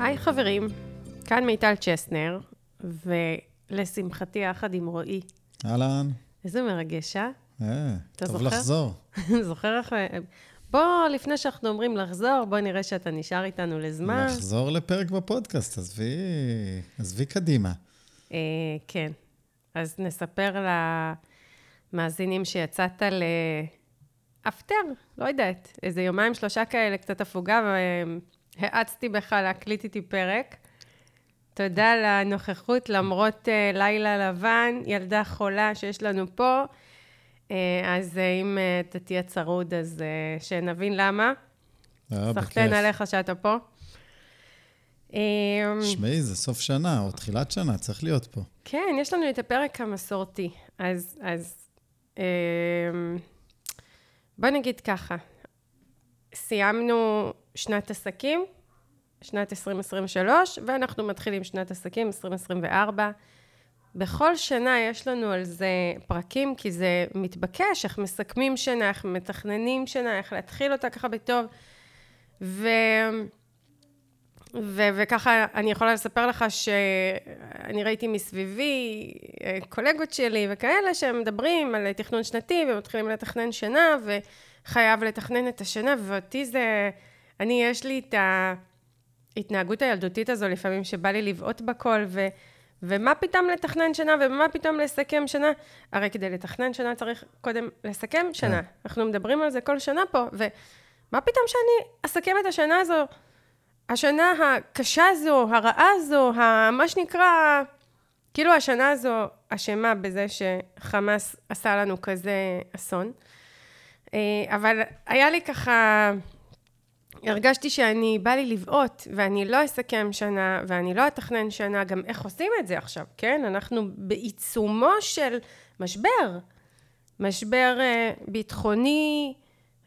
היי חברים, כאן מיטל צ'סנר, ולשמחתי יחד עם רועי. אהלן. איזה מרגש, אה? טוב זוכר? לחזור. זוכר איך... בוא, לפני שאנחנו אומרים לחזור, בוא נראה שאתה נשאר איתנו לזמן. לחזור לפרק בפודקאסט, עזבי קדימה. כן. אז נספר למאזינים שיצאת לאפטר, לא יודעת, איזה יומיים שלושה כאלה, קצת הפוגה, והאצתי בך להקליט איתי פרק. תודה על הנוכחות, למרות לילה לבן, ילדה חולה שיש לנו פה. אז אם אתה תהיה צרוד, אז שנבין למה. סחטן עליך שאתה פה. שמעי, זה סוף שנה, או תחילת שנה, צריך להיות פה. כן, יש לנו את הפרק המסורתי. אז בוא נגיד ככה. סיימנו שנת עסקים, שנת 2023, ואנחנו מתחילים שנת עסקים 2024. בכל שנה יש לנו על זה פרקים, כי זה מתבקש, איך מסכמים שנה, איך מתכננים שנה, איך להתחיל אותה ככה בטוב. וככה אני יכולה לספר לך שאני ראיתי מסביבי קולגות שלי וכאלה שהם מדברים על תכנון שנתי ומתחילים לתכנן שנה וחייב לתכנן את השנה, ואותי זה, יש לי את ההתנהגות הילדותית הזו לפעמים שבא לי לבעוט בכל ומה פתאום לתכנן שנה ומה פתאום לסכם שנה? הרי כדי לתכנן שנה צריך קודם לסכם שנה. אנחנו מדברים על זה כל שנה פה, ומה פתאום שאני אסכם את השנה הזו? השנה הקשה הזו, הרעה הזו, מה שנקרא, כאילו השנה הזו אשמה בזה שחמאס עשה לנו כזה אסון. אבל היה לי ככה, הרגשתי שאני בא לי לבעוט, ואני לא אסכם שנה, ואני לא אתכנן שנה, גם איך עושים את זה עכשיו, כן? אנחנו בעיצומו של משבר ביטחוני,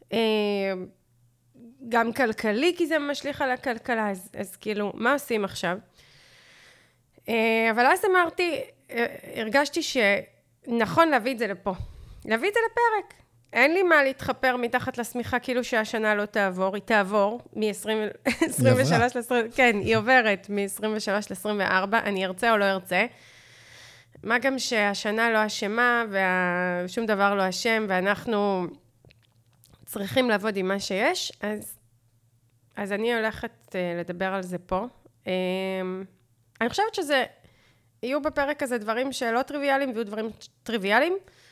גם כלכלי, כי זה משליך על הכלכלה, אז כאילו, מה עושים עכשיו? אבל אז אמרתי, הרגשתי שנכון להביא את זה לפה, להביא את זה לפרק. אין לי מה להתחפר מתחת לשמיכה, כאילו שהשנה לא תעבור, היא תעבור מ-23 ל-20, כן, היא עוברת מ-23 ל-24, אני ארצה או לא ארצה. מה גם שהשנה לא אשמה, ושום דבר לא אשם, ואנחנו צריכים לעבוד עם מה שיש, אז אני הולכת לדבר על זה פה. אני חושבת שזה, יהיו בפרק הזה דברים שלא טריוויאליים, ויהיו דברים טריוויאליים,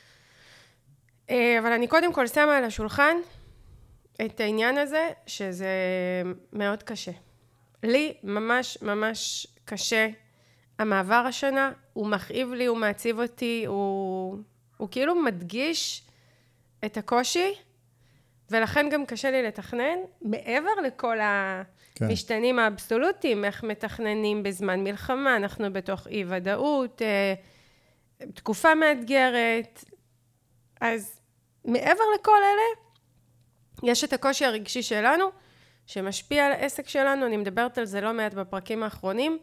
אבל אני קודם כל שמה על השולחן את העניין הזה, שזה מאוד קשה. לי ממש ממש קשה המעבר השנה, הוא מכאיב לי, הוא מעציב אותי, הוא כאילו מדגיש את הקושי, ולכן גם קשה לי לתכנן, מעבר לכל המשתנים האבסולוטיים, איך מתכננים בזמן מלחמה, אנחנו בתוך אי ודאות, תקופה מאתגרת, אז מעבר לכל אלה, יש את הקושי הרגשי שלנו, שמשפיע על העסק שלנו, אני מדברת על זה לא מעט בפרקים האחרונים,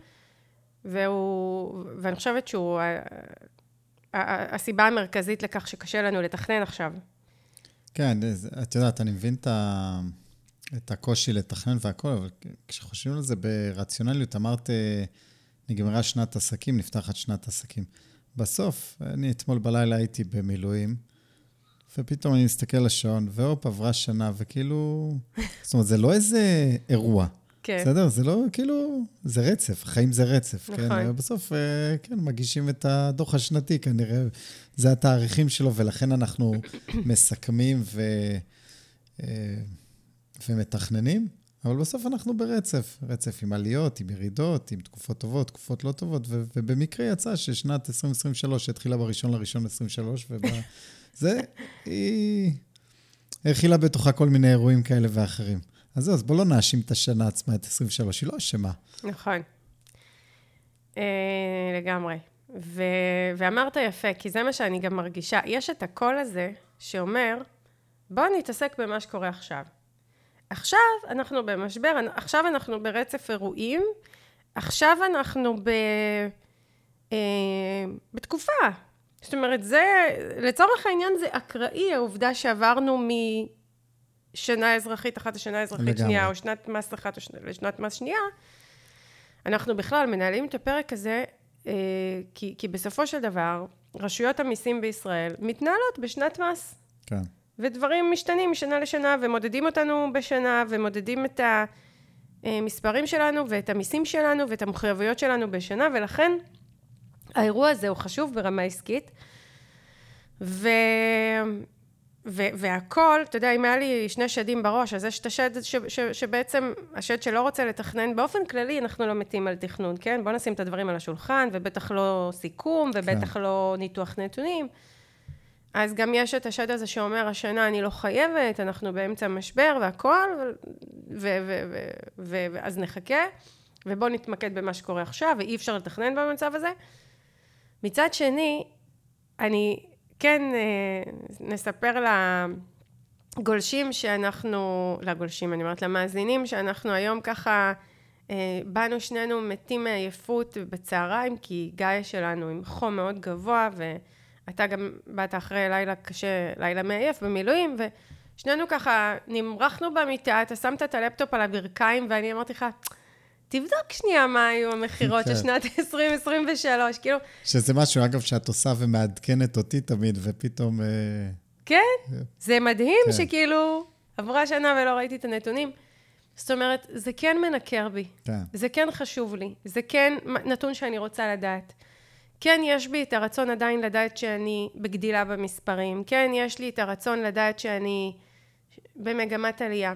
ואני חושבת שהוא הסיבה המרכזית לכך שקשה לנו לתכנן עכשיו. כן, את יודעת, אני מבין את הקושי לתכנן והכל, אבל כשחושבים על זה ברציונליות, אמרת, נגמרה שנת עסקים, נפתחת שנת עסקים. בסוף, אני אתמול בלילה הייתי במילואים, ופתאום אני מסתכל לשעון, והופ, עברה שנה, וכאילו, זאת אומרת, זה לא איזה אירוע. כן. בסדר? זה לא, כאילו, זה רצף, החיים זה רצף. נכון. כן? ובסוף, כן, מגישים את הדוח השנתי, כנראה, זה התאריכים שלו, ולכן אנחנו מסכמים ומתכננים, אבל בסוף אנחנו ברצף, רצף עם עליות, עם ירידות, עם תקופות טובות, תקופות לא טובות, ובמקרה יצא ששנת 2023 התחילה ב1.1.23, וזה, היא הכילה בתוכה כל מיני אירועים כאלה ואחרים. אז זהו, אז בוא לא נאשים את השנה עצמה, את 23, היא לא אשמה. נכון. לגמרי. ואמרת יפה, כי זה מה שאני גם מרגישה. יש את הקול הזה שאומר, בוא נתעסק במה שקורה עכשיו. עכשיו אנחנו במשבר, עכשיו אנחנו ברצף אירועים, עכשיו אנחנו בתקופה. זאת אומרת, זה, לצורך העניין זה אקראי, העובדה שעברנו שנה אזרחית אחת לשנה אזרחית שנייה, או שנת מס אחת לשנת מס שנייה, אנחנו בכלל מנהלים את הפרק הזה, כי בסופו של דבר, רשויות המיסים בישראל מתנהלות בשנת מס. כן. ודברים משתנים משנה לשנה, ומודדים אותנו בשנה, ומודדים את המספרים שלנו, ואת המיסים שלנו, ואת המחויבויות שלנו בשנה, ולכן האירוע הזה הוא חשוב ברמה עסקית. והכל, אתה יודע, אם היה לי שני שדים בראש, אז יש את השד שבעצם, השד שלא רוצה לתכנן, באופן כללי אנחנו לא מתים על תכנון, כן? בוא נשים את הדברים על השולחן, ובטח לא סיכום, ובטח לא ניתוח נתונים. אז גם יש את השד הזה שאומר, השנה אני לא חייבת, אנחנו באמצע משבר והכל, ואז נחכה, ובוא נתמקד במה שקורה עכשיו, ואי אפשר לתכנן במצב הזה. מצד שני, אני כן נספר לגולשים שאנחנו, לגולשים, אני אומרת, למאזינים, שאנחנו היום ככה, באנו שנינו מתים מעייפות בצהריים, כי גיא שלנו עם חום מאוד גבוה, ואתה גם באת אחרי לילה קשה, לילה מעייף במילואים, ושנינו ככה נמרחנו במיטה, אתה שמת את הלפטופ על הברכיים, ואני אמרתי לך, תבדוק שנייה מה היו המחירות של שנת 2023, כאילו... שזה משהו, אגב, שאת עושה ומעדכנת אותי תמיד, ופתאום... כן, זה מדהים שכאילו עברה שנה ולא ראיתי את הנתונים. זאת אומרת, זה כן מנקר בי, זה כן חשוב לי, זה כן נתון שאני רוצה לדעת. כן, יש בי את הרצון עדיין לדעת שאני בגדילה במספרים, כן, יש לי את הרצון לדעת שאני במגמת עלייה.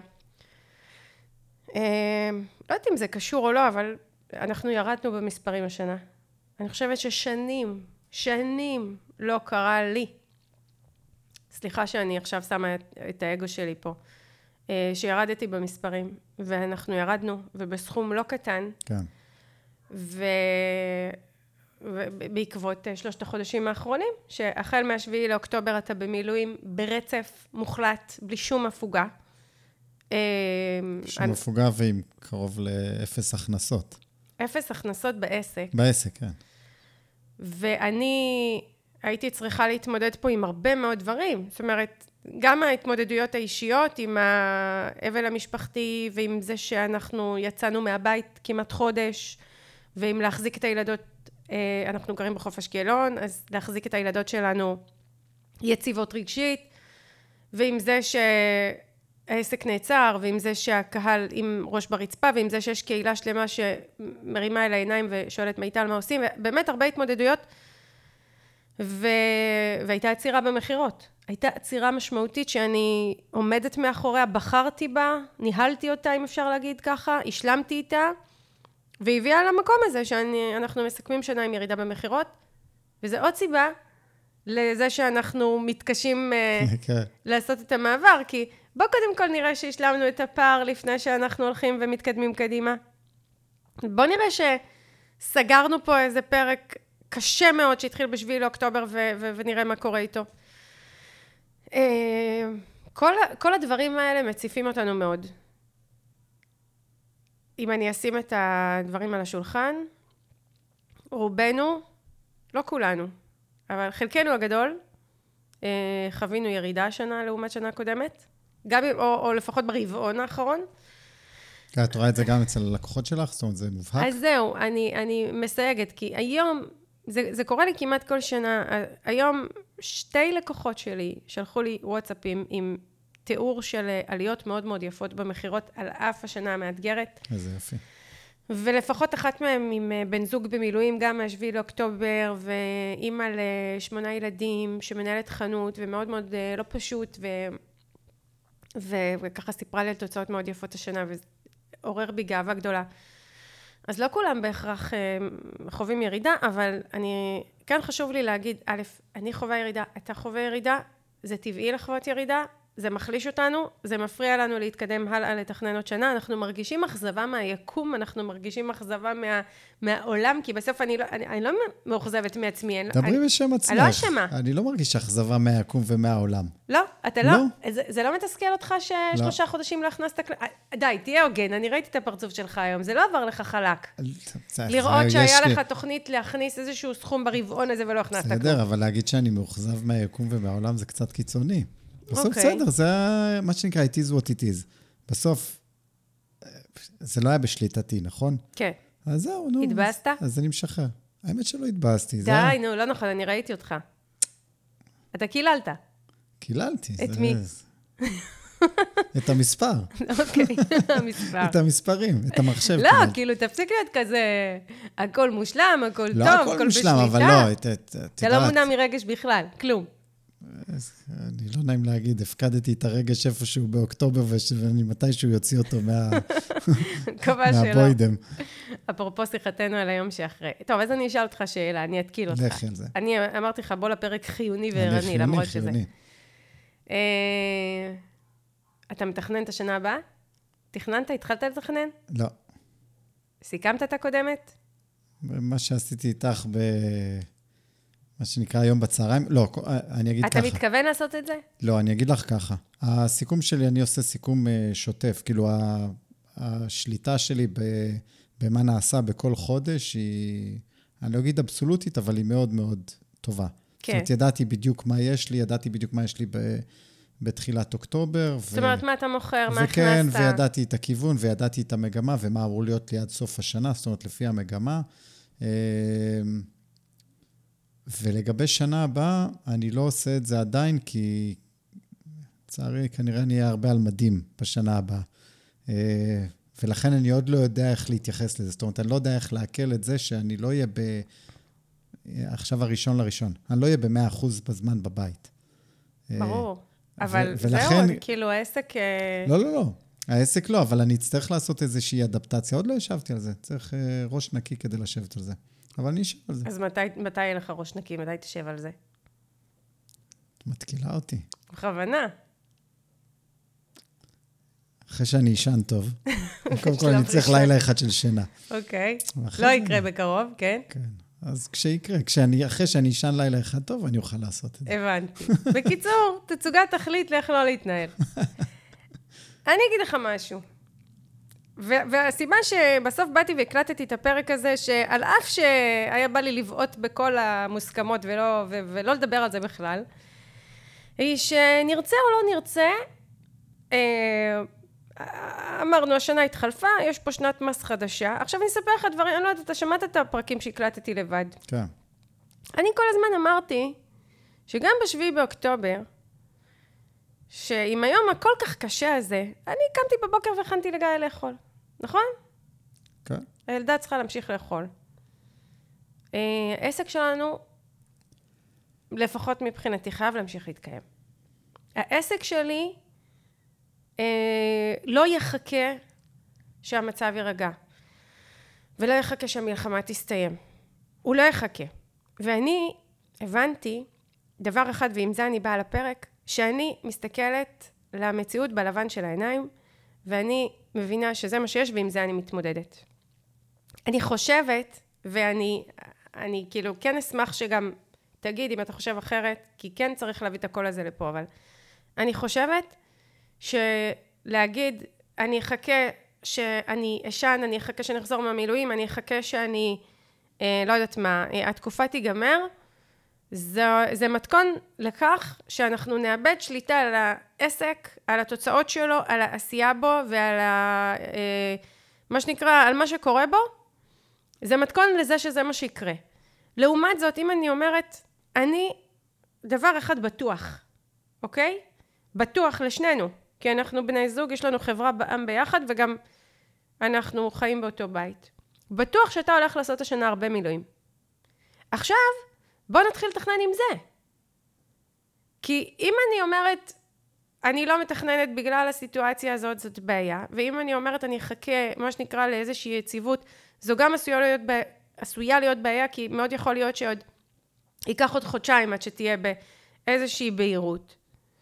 לא יודעת אם זה קשור או לא, אבל אנחנו ירדנו במספרים השנה. אני חושבת ששנים לא קרה לי. סליחה שאני עכשיו שמה את האגו שלי פה. שירדתי במספרים, ואנחנו ירדנו, ובסכום לא קטן. כן. ובעקבות 3 החודשים האחרונים, שהחל מה7 לאוקטובר אתה במילואים ברצף מוחלט, בלי שום הפוגה. שום הפוגה ועם קרוב לאפס הכנסות. אפס הכנסות בעסק. בעסק, כן. ואני הייתי צריכה להתמודד פה עם הרבה מאוד דברים. זאת אומרת, גם ההתמודדויות האישיות עם האבל המשפחתי, ועם זה שאנחנו יצאנו מהבית כמעט חודש, ועם להחזיק את הילדות, אנחנו גרים בחוף אשקלון, אז להחזיק את הילדות שלנו יציבות רגשית, ועם זה העסק נעצר, ועם זה שהקהל עם ראש ברצפה, ועם זה שיש קהילה שלמה שמרימה אל העיניים ושואלת מיטל מה עושים, ובאמת הרבה התמודדויות, והייתה עצירה במחירות. הייתה עצירה משמעותית שאני עומדת מאחוריה, בחרתי בה, ניהלתי אותה, אם אפשר להגיד ככה, השלמתי איתה, והביאה למקום הזה שאנחנו מסכמים שנה עם ירידה במחירות, וזה עוד סיבה לזה שאנחנו מתקשים לעשות את המעבר, כי בוא קודם כל נראה שהשלמנו את הפער לפני שאנחנו הולכים ומתקדמים קדימה. בוא נראה שסגרנו פה איזה פרק קשה מאוד שהתחיל ב7 לאוקטובר ונראה מה קורה איתו. כל הדברים האלה מציפים אותנו מאוד. אם אני אשים את הדברים על השולחן, רובנו, לא כולנו, אבל חלקנו הגדול, חווינו ירידה השנה לעומת שנה קודמת, גם או לפחות ברבעון האחרון. את רואה את זה גם אצל הלקוחות שלך? זאת אומרת, זה מובהק? אז זהו, אני מסייגת, כי היום, זה קורה לי כמעט כל שנה, היום 2 לקוחות שלי שלחו לי וואטסאפים עם תיאור של עליות מאוד מאוד יפות במחירות על אף השנה המאתגרת. איזה יפי. ולפחות אחת מהם עם בן זוג במילואים, גם מה7 לאוקטובר, ואימא ל8 ילדים שמנהלת חנות, ומאוד מאוד לא פשוט, וככה סיפרה לי על תוצאות מאוד יפות השנה, ועורר בי גאווה גדולה. אז לא כולם בהכרח חווים ירידה, אבל כן חשוב לי להגיד, א', אני חווה ירידה, אתה חווה ירידה, זה טבעי לחוות ירידה, זה מחליש אותנו, זה מפריע לנו להתקדם הלאה לתכנן עוד שנה, אנחנו מרגישים אכזבה מהיקום, אנחנו מרגישים אכזבה מהעולם, כי בסוף אני לא מאוכזבת מעצמי. דברי בשם עצמך. אני לא אשמה. אני לא מרגיש אכזבה מהיקום ומהעולם. לא, אתה לא? זה לא מתסכל אותך ש3 חודשים לא הכנסת... די, תהיה הוגן, אני ראיתי את הפרצוף שלך היום, זה לא עבר לך חלק. לראות שהיה לך תוכנית להכניס איזשהו סכום ברבעון הזה ולא הכנסת כלום. בסדר, אבל להגיד שאני מאוכזב מהיקום ומהעולם זה קצת קיצוני. בסוף בסדר, זה מה שנקרא, it is what it is. בסוף, זה לא היה בשליטתי, נכון? כן. אז זהו, נו. התבאסת? אז אני משחרר. האמת שלא התבאסתי. די, נו, לא נכון, אני ראיתי אותך. אתה קיללת. קיללתי. את מי? את המספר. אוקיי, המספר. את המספרים, את המחשב. לא, כאילו, תפסיק להיות כזה, הכל מושלם, הכל טוב, לא הכל בשליטה. הכל מושלם, אבל לא, אתה לא מונע מרגש בכלל, כלום. אני לא נעים להגיד, הפקדתי את הרגש איפשהו באוקטובר, ואני מתישהו יוציא אותו מהבוידם. אפרופו שיחתנו על היום שאחרי. טוב, אז אני אשאל אותך שאלה, אני אתקיל אותך. לכי על זה. אני אמרתי לך, בוא לפרק חיוני וערני, למרות שזה. חיוני. אתה מתכנן את השנה הבאה? תכננת? התחלת לתכנן? לא. סיכמת את הקודמת? מה שעשיתי איתך מה שנקרא היום בצהריים, לא, אני אגיד ככה. אתה מתכוון לעשות את זה? לא, אני אגיד לך ככה. הסיכום שלי, אני עושה סיכום שוטף. כאילו, השליטה שלי במה נעשה בכל חודש היא, אני לא אגיד אבסולוטית, אבל היא מאוד מאוד טובה. כן. זאת אומרת, ידעתי בדיוק מה יש לי, ידעתי בדיוק מה יש לי בתחילת אוקטובר. זאת אומרת, מה אתה מוכר, מה הכנסת? וכן, וידעתי את הכיוון, וידעתי את המגמה, ומה אמור להיות לי עד סוף השנה, זאת אומרת, לפי המגמה. ולגבי שנה הבאה, אני לא עושה את זה עדיין, כי לצערי כנראה אני אהיה הרבה על מדים בשנה הבאה. ולכן אני עוד לא יודע איך להתייחס לזה. זאת אומרת, אני לא יודע איך להקל את זה שאני לא אהיה עכשיו הראשון לראשון. אני לא אהיה ב100% בזמן בבית. ברור. אבל ולכן... זהו, כאילו העסק... לא. העסק לא, אבל אני אצטרך לעשות איזושהי אדפטציה. עוד לא ישבתי על זה. צריך ראש נקי כדי לשבת על זה. אבל אני אשב על זה. אז מתי יהיה לך ראש נקי? מתי תשב על זה? מתקילה אותי. בכוונה. אחרי שאני אשן טוב. קודם כל אני צריך לילה אחד של שינה. אוקיי. לא יקרה בקרוב, כן? כן. אז כשיקרה, אחרי שאני אשן לילה אחד טוב, אני אוכל לעשות את זה. הבנתי. בקיצור, תצוגת תחליט לאיך לא להתנהל. אני אגיד לך משהו. והסיבה שבסוף באתי והקלטתי את הפרק הזה, שעל אף שהיה בא לי לבעוט בכל המוסכמות ולא לדבר על זה בכלל, היא שנרצה או לא נרצה, אמרנו, השנה התחלפה, יש פה שנת מס חדשה. עכשיו אני אספר לך דברים, אני לא יודעת, אתה שמעת את הפרקים שהקלטתי לבד. כן. אני כל הזמן אמרתי, שגם ב7 באוקטובר, שעם היום הכל כך קשה הזה, אני קמתי בבוקר והכנתי לגיא לאכול. נכון? כן. הילדה צריכה להמשיך לאכול. העסק שלנו, לפחות מבחינתי, חייב להמשיך להתקיים. העסק שלי לא יחכה שהמצב יירגע, ולא יחכה שהמלחמה תסתיים. הוא לא יחכה. ואני הבנתי דבר אחד, ועם זה אני באה לפרק, שאני מסתכלת למציאות בלבן של העיניים, ואני מבינה שזה מה שיש, ועם זה אני מתמודדת. אני חושבת, ואני כאילו כן אשמח שגם תגיד אם אתה חושב אחרת, כי כן צריך להביא את הקול הזה לפה, אבל אני חושבת שלהגיד, אני אחכה שאני אשן, אני אחכה שאני אחזור מהמילואים, אני אחכה שאני, לא יודעת מה, התקופה תיגמר, זה מתכון לכך שאנחנו נאבד שליטה על העסק, על התוצאות שלו, על העשייה בו ועל מה שנקרא, על מה שקורה בו. זה מתכון לזה שזה מה שיקרה. לעומת זאת, אם אני אומרת, אני דבר אחד בטוח, אוקיי? בטוח לשנינו, כי אנחנו בני זוג, יש לנו חברה בעם ביחד וגם אנחנו חיים באותו בית. בטוח שאתה הולך לעשות השנה הרבה מילואים. עכשיו, בוא נתחיל לתכנן עם זה. כי אם אני אומרת, אני לא מתכננת בגלל הסיטואציה הזאת, זאת בעיה. ואם אני אומרת, אני אחכה, מה שנקרא, לאיזושהי יציבות, זו גם עשויה להיות בעיה, כי מאוד יכול להיות שעוד ייקח עוד חודשיים עד שתהיה באיזושהי בהירות.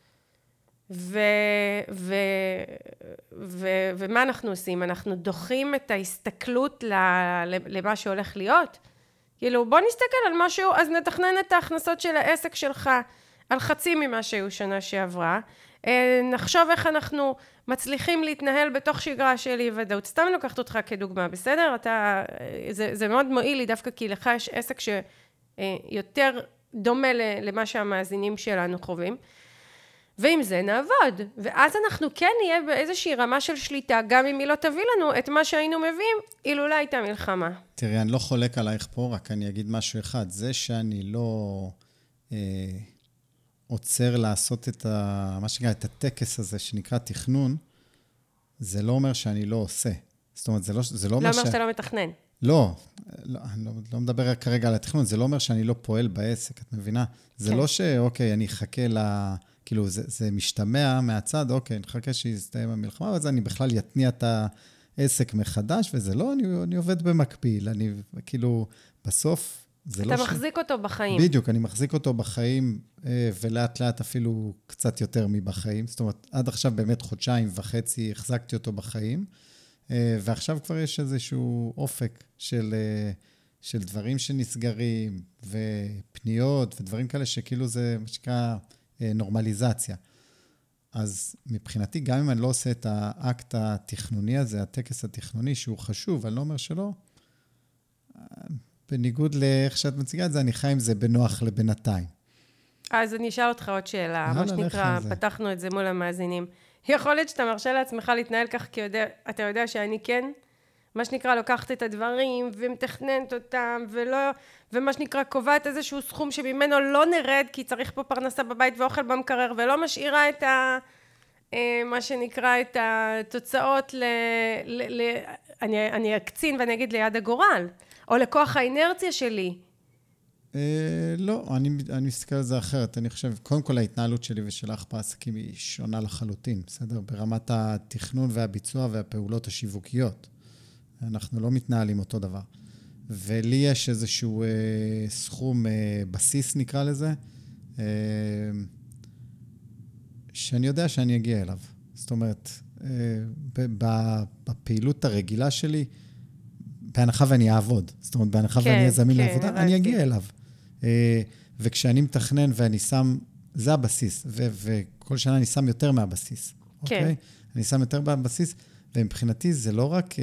ומה אנחנו עושים? אנחנו דוחים את ההסתכלות למה שהולך להיות. כאילו, בוא נסתכל על משהו, אז נתכנן את ההכנסות של העסק שלך על חצי ממה שהיו שנה שעברה. נחשוב איך אנחנו מצליחים להתנהל בתוך שגרה של אי ודאות. סתם לוקחת אותך כדוגמה, בסדר? זה מאוד מועיל לי דווקא כי לך יש עסק שיותר דומה למה שהמאזינים שלנו חווים. ועם זה נעבוד. ואז אנחנו כן נהיה באיזושהי רמה של שליטה, גם אם היא לא תביא לנו את מה שהיינו מביאים, אילולא הייתה מלחמה. תראי, אני לא חולק עלייך פה, רק אני אגיד משהו אחד. זה שאני לא עוצר לעשות מה שנקרא, את הטקס הזה שנקרא תכנון, זה לא אומר שאני לא עושה. זאת אומרת, זה לא אומר לא אומר שאתה לא מתכנן. לא, אני לא מדבר כרגע על התכנון, זה לא אומר שאני לא פועל בעסק, את מבינה? זה לא שאוקיי, אני אחכה כאילו, זה משתמע מהצד, אוקיי, אני אחכה שיסתיים המלחמה, ואז אני בכלל יתניע את העסק מחדש, וזה לא, אני עובד במקביל, אני כאילו, בסוף, זה לא אתה מחזיק אותו בחיים. בדיוק, אני מחזיק אותו בחיים, ולאט לאט אפילו קצת יותר מבחיים, זאת אומרת, עד עכשיו באמת 1.5 חודשים החזקתי אותו בחיים, ועכשיו כבר יש איזשהו אופק של דברים שנסגרים, ופניות, ודברים כאלה שכאילו זה מה שנקרא נורמליזציה. אז מבחינתי, גם אם אני לא עושה את האקט התכנוני הזה, הטקס התכנוני, שהוא חשוב, אני לא אומר שלא, בניגוד לאיך שאת מציגה את זה, אני חי עם זה בנוח לבינתיים. אז אני אשאל אותך עוד שאלה, מה שנקרא, פתחנו את זה מול המאזינים. יכול להיות שאתה מרשה לעצמך להתנהל כך, כי אתה יודע שאני כן, מה שנקרא, לוקחת את הדברים ומתכננת אותם, ומה שנקרא, קובעת איזשהו סכום שממנו לא נרד, כי צריך פה פרנסה בבית ואוכל במקרר, ולא משאירה את מה שנקרא, את התוצאות אני אקצין ואני אגיד ליד הגורל, או לכוח האינרציה שלי. לא, אני מסתכל על זה אחרת. אני חושב, קודם כל ההתנהלות שלי ושלך בעסקים היא שונה לחלוטין, בסדר? ברמת התכנון והביצוע והפעולות השיווקיות. אנחנו לא מתנהלים אותו דבר. ולי יש איזשהו סכום בסיס, נקרא לזה, שאני יודע שאני אגיע אליו. זאת אומרת, בפעילות הרגילה שלי, בהנחה ואני אעבוד. זאת אומרת, בהנחה ואני אזמין לעבודה, אני אגיע אליו. וכשאני מתכנן ואני שם, זה הבסיס, וכל שנה אני שם יותר מהבסיס. אוקיי? אני שם יותר מהבסיס, ומבחינתי זה לא רק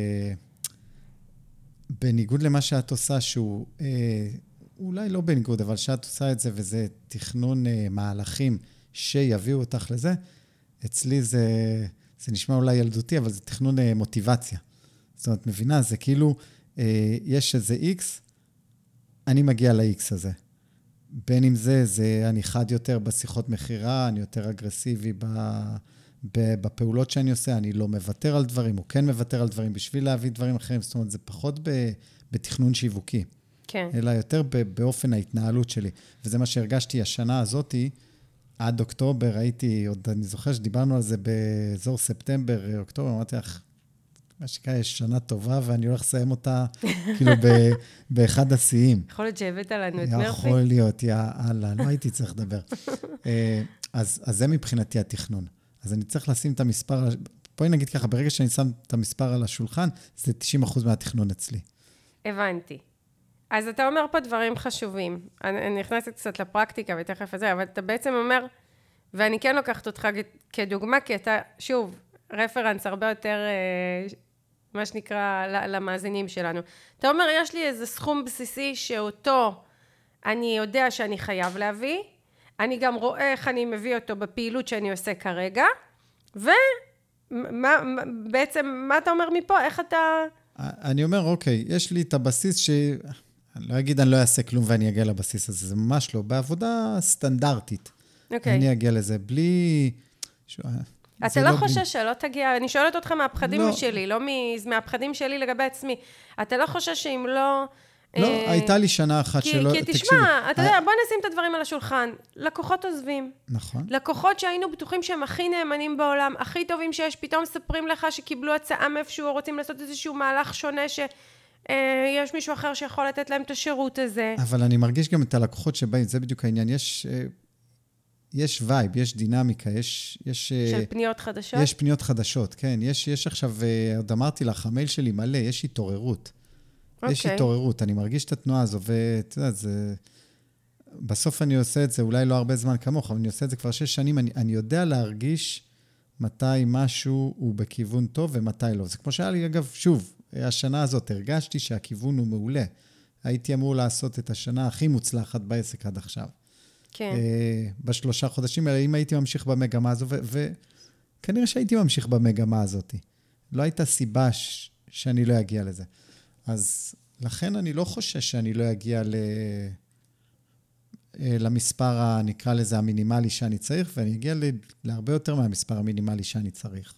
בניגוד למה שאת עושה, שהוא אולי לא בניגוד, אבל שאת עושה את זה, וזה תכנון מהלכים שיביאו אותך לזה, אצלי זה נשמע אולי ילדותי, אבל זה תכנון מוטיבציה. זאת אומרת, מבינה, זה כאילו, יש איזה X, אני מגיע ל-X הזה. בין אם זה אני חד יותר בשיחות מחירה, אני יותר אגרסיבי בפעולות שאני עושה, אני לא מוותר על דברים, או כן מוותר על דברים, בשביל להביא דברים אחרים. זאת אומרת, זה פחות בתכנון שיווקי. כן. אלא יותר באופן ההתנהלות שלי. וזה מה שהרגשתי השנה הזאת, עד אוקטובר, עוד אני זוכר שדיברנו על זה באזור ספטמבר, אוקטובר, אמרתי לך, מה שקרה, יש שנה טובה, ואני הולך לסיים אותה, כאילו, באחד השיאים. יכול להיות שהבאת לנו את מרפי? יכול להיות, יאללה, לא הייתי צריך לדבר. אז זה מבחינתי התכנון. אז אני צריך לשים את המספר, בואי נגיד ככה, ברגע שאני שם את המספר על השולחן, זה 90% מהתכנון אצלי. הבנתי. אז אתה אומר פה דברים חשובים. אני נכנסת קצת לפרקטיקה ותכף זה, אבל אתה בעצם אומר, ואני כן לוקחת אותך כדוגמה, כי אתה, שוב, רפרנס הרבה יותר, מה שנקרא, למאזינים שלנו. אתה אומר, יש לי איזה סכום בסיסי שאותו אני יודע שאני חייב להביא, אני גם רואה איך אני מביא אותו בפעילות שאני עושה כרגע, ובעצם, מה אתה אומר מפה? איך אתה... אני אומר, אוקיי, יש לי את הבסיס אני לא אגיד, אני לא אעשה כלום ואני אגיע לבסיס הזה, זה ממש לא, בעבודה סטנדרטית. אוקיי. אני אגיע לזה בלי... אתה לא חושש שלא תגיע, אני שואלת אותך מהפחדים שלי, לא מהפחדים שלי לגבי עצמי. אתה לא חושש שאם לא... לא, הייתה לי שנה אחת שלא... כי תשמע, אתה יודע, בוא נשים את הדברים על השולחן. לקוחות עוזבים. נכון. לקוחות שהיינו בטוחים שהם הכי נאמנים בעולם, הכי טובים שיש, פתאום מספרים לך שקיבלו הצעה מאיפשהו, רוצים לעשות איזשהו מהלך שונה שיש מישהו אחר שיכול לתת להם את השירות הזה. אבל אני מרגיש גם את הלקוחות שבאים, זה בדיוק העניין, יש וייב, יש דינמיקה, יש... של פניות חדשות? יש פניות חדשות, כן. יש עכשיו, עוד אמרתי לך, המייל שלי מלא, יש התעוררות. יש התעוררות, אני מרגיש את התנועה הזו, ואתה יודע, בסוף אני עושה את זה, אולי לא הרבה זמן כמוך, אבל אני עושה את זה כבר 6 שנים, אני יודע להרגיש מתי משהו הוא בכיוון טוב ומתי לא. זה כמו שהיה לי, אגב, שוב, השנה הזאת הרגשתי שהכיוון הוא מעולה. הייתי אמור לעשות את השנה הכי מוצלחת בעסק עד עכשיו. כן. בשלושה חודשים, אלא אם הייתי ממשיך במגמה הזו, וכנראה שהייתי ממשיך במגמה הזאת. לא הייתה סיבה שאני לא אגיע לזה. אז לכן אני לא חושש שאני לא אגיע למספר, נקרא לזה, המינימלי שאני צריך, ואני אגיע להרבה יותר מהמספר המינימלי שאני צריך.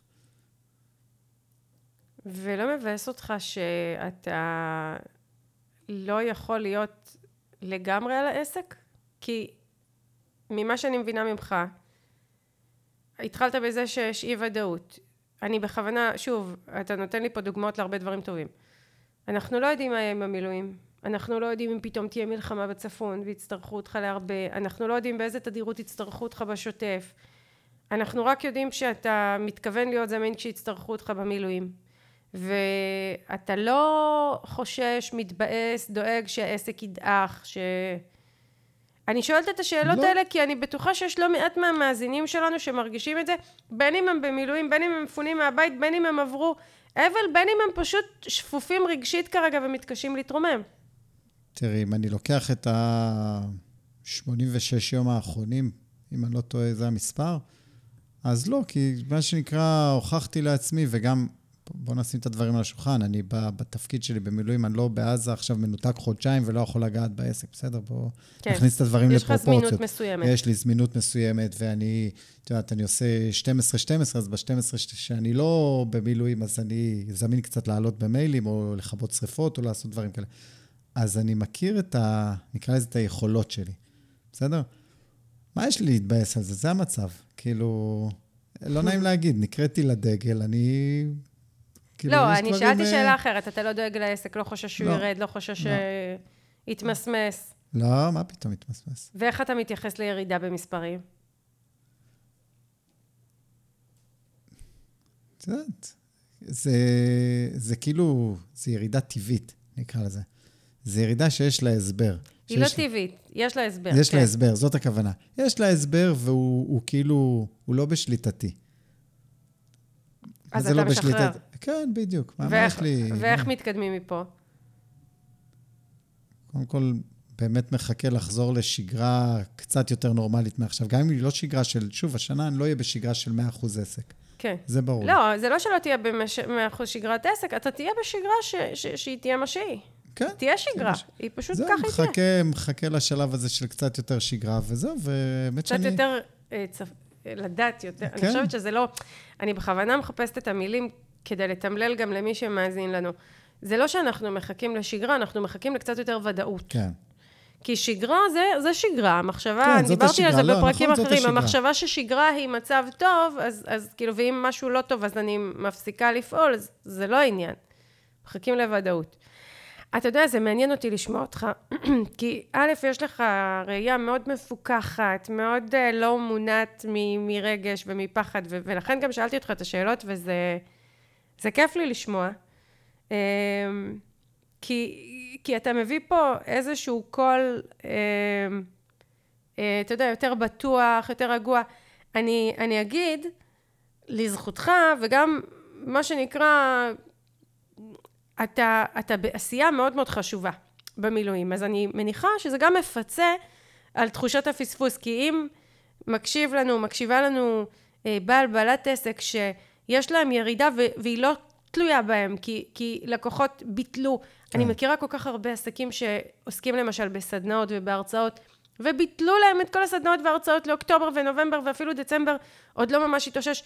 ולא מבאס אותך שאתה לא יכול להיות לגמרי על העסק? כי ממה שאני מבינה ממך, התחלת בזה שיש אי ודאות. אני בכוונה, שוב, אתה נותן לי פה דוגמאות להרבה דברים טובים. אנחנו לא יודעים מה יהיה עם המילואים. אנחנו לא יודעים אם פתאום תהיה מלחמה בצפון ויצטרכו אותך להרבה. אנחנו לא יודעים באיזה תדירות יצטרכו אותך בשוטף. אנחנו רק יודעים שאתה מתכוון להיות זמין כשיצטרכו אותך במילואים. ואתה לא חושש, מתבאס, דואג שהעסק ידעך, אני שואלת את השאלות האלה כי אני בטוחה שיש לא מעט מהמאזינים שלנו שמרגישים את זה, בין אם הם במילואים, בין אם הם מפונים מהבית, בין אם הם עברו אבל, בין אם הם פשוט שפופים רגשית כרגע ומתקשים להתרומם. תראי, אם אני לוקח את ה-86 יום האחרונים, אם אני לא טועה, זה המספר, אז לא, כי מה שנקרא, הוכחתי לעצמי, וגם, בוא נשים את הדברים על השולחן, אני בתפקיד שלי במילואים, אני לא בעזה עכשיו מנותק חודשיים, ולא יכול לגעת בעסק, בסדר? בוא נכניס את הדברים לפרופורציות. יש לך זמינות מסוימת. יש לי זמינות מסוימת, ואני, את יודעת, אני עושה 12-12, אז ב-12 שאני לא במילואים, אז אני זמין קצת לעלות במיילים, או לכבות שריפות, או לעשות דברים כאלה. אז אני מכיר נקרא לזה את היכולות שלי, בסדר? מה יש לי להתבאס על זה? זה המצב. כאילו, לא נעים להגיד, נקראתי לדגל, אני... לא, אני שאלתי שאלה אחרת, אתה לא דואג לעסק, לא חושש שהוא ירד, לא חושש שיתמסמס. לא, מה פתאום יתמסמס? ואיך אתה מתייחס לירידה במספרים? את יודעת, זה כאילו, זה ירידה טבעית, נקרא לזה. זה ירידה שיש לה הסבר. היא לא טבעית, יש לה הסבר. יש לה הסבר, זאת הכוונה. יש לה הסבר והוא כאילו, הוא לא בשליטתי. אז אתה משחרר. כן, בדיוק. ואיך מתקדמים מפה? קודם כל, באמת מחכה לחזור לשגרה קצת יותר נורמלית מעכשיו. גם אם היא לא שגרה של, שוב, השנה אני לא אהיה בשגרה של 100% עסק. כן. זה ברור. לא, זה לא שלא תהיה ב-100% שגרת עסק, אתה תהיה בשגרה שהיא תהיה מה שהיא. כן. תהיה שגרה, היא פשוט ככה היא תהיה. מחכה לשלב הזה של קצת יותר שגרה, וזהו, ובאמת שאני... קצת יותר לדעת יותר. אני חושבת שזה לא... אני בכוונה מחפשת את המילים כדי לתמלל גם למי שמאזין לנו. זה לא שאנחנו מחכים לשגרה, אנחנו מחכים לקצת יותר ודאות. כן. כי שגרה זה שגרה, המחשבה, דיברתי על זה בפרקים אחרים, המחשבה ששגרה היא מצב טוב, אז כאילו, ואם משהו לא טוב, אז אני מפסיקה לפעול, אז זה לא העניין. מחכים לוודאות. אתה יודע, זה מעניין אותי לשמוע אותך, כי א', יש לך ראייה מאוד מפוקחת, מאוד לא מונעת מרגש ומפחד, ולכן גם שאלתי אותך את השאלות, וזה כיף לי לשמוע. כי אתה מביא פה איזשהו קול, אתה יודע, יותר בטוח, יותר רגוע. אני אגיד, לזכותך, וגם מה שנקרא, אתה בעשייה מאוד מאוד חשובה במילואים, אז אני מניחה שזה גם מפצה על תחושת הפספוס, כי אם מקשיבה לנו בעלת עסק שיש להם ירידה והיא לא תלויה בהם, כי לקוחות ביטלו. אני מכירה כל כך הרבה עסקים שעוסקים למשל בסדנאות ובהרצאות, וביטלו להם את כל הסדנאות וההרצאות לאוקטובר ונובמבר ואפילו דצמבר, עוד לא ממש התאושש,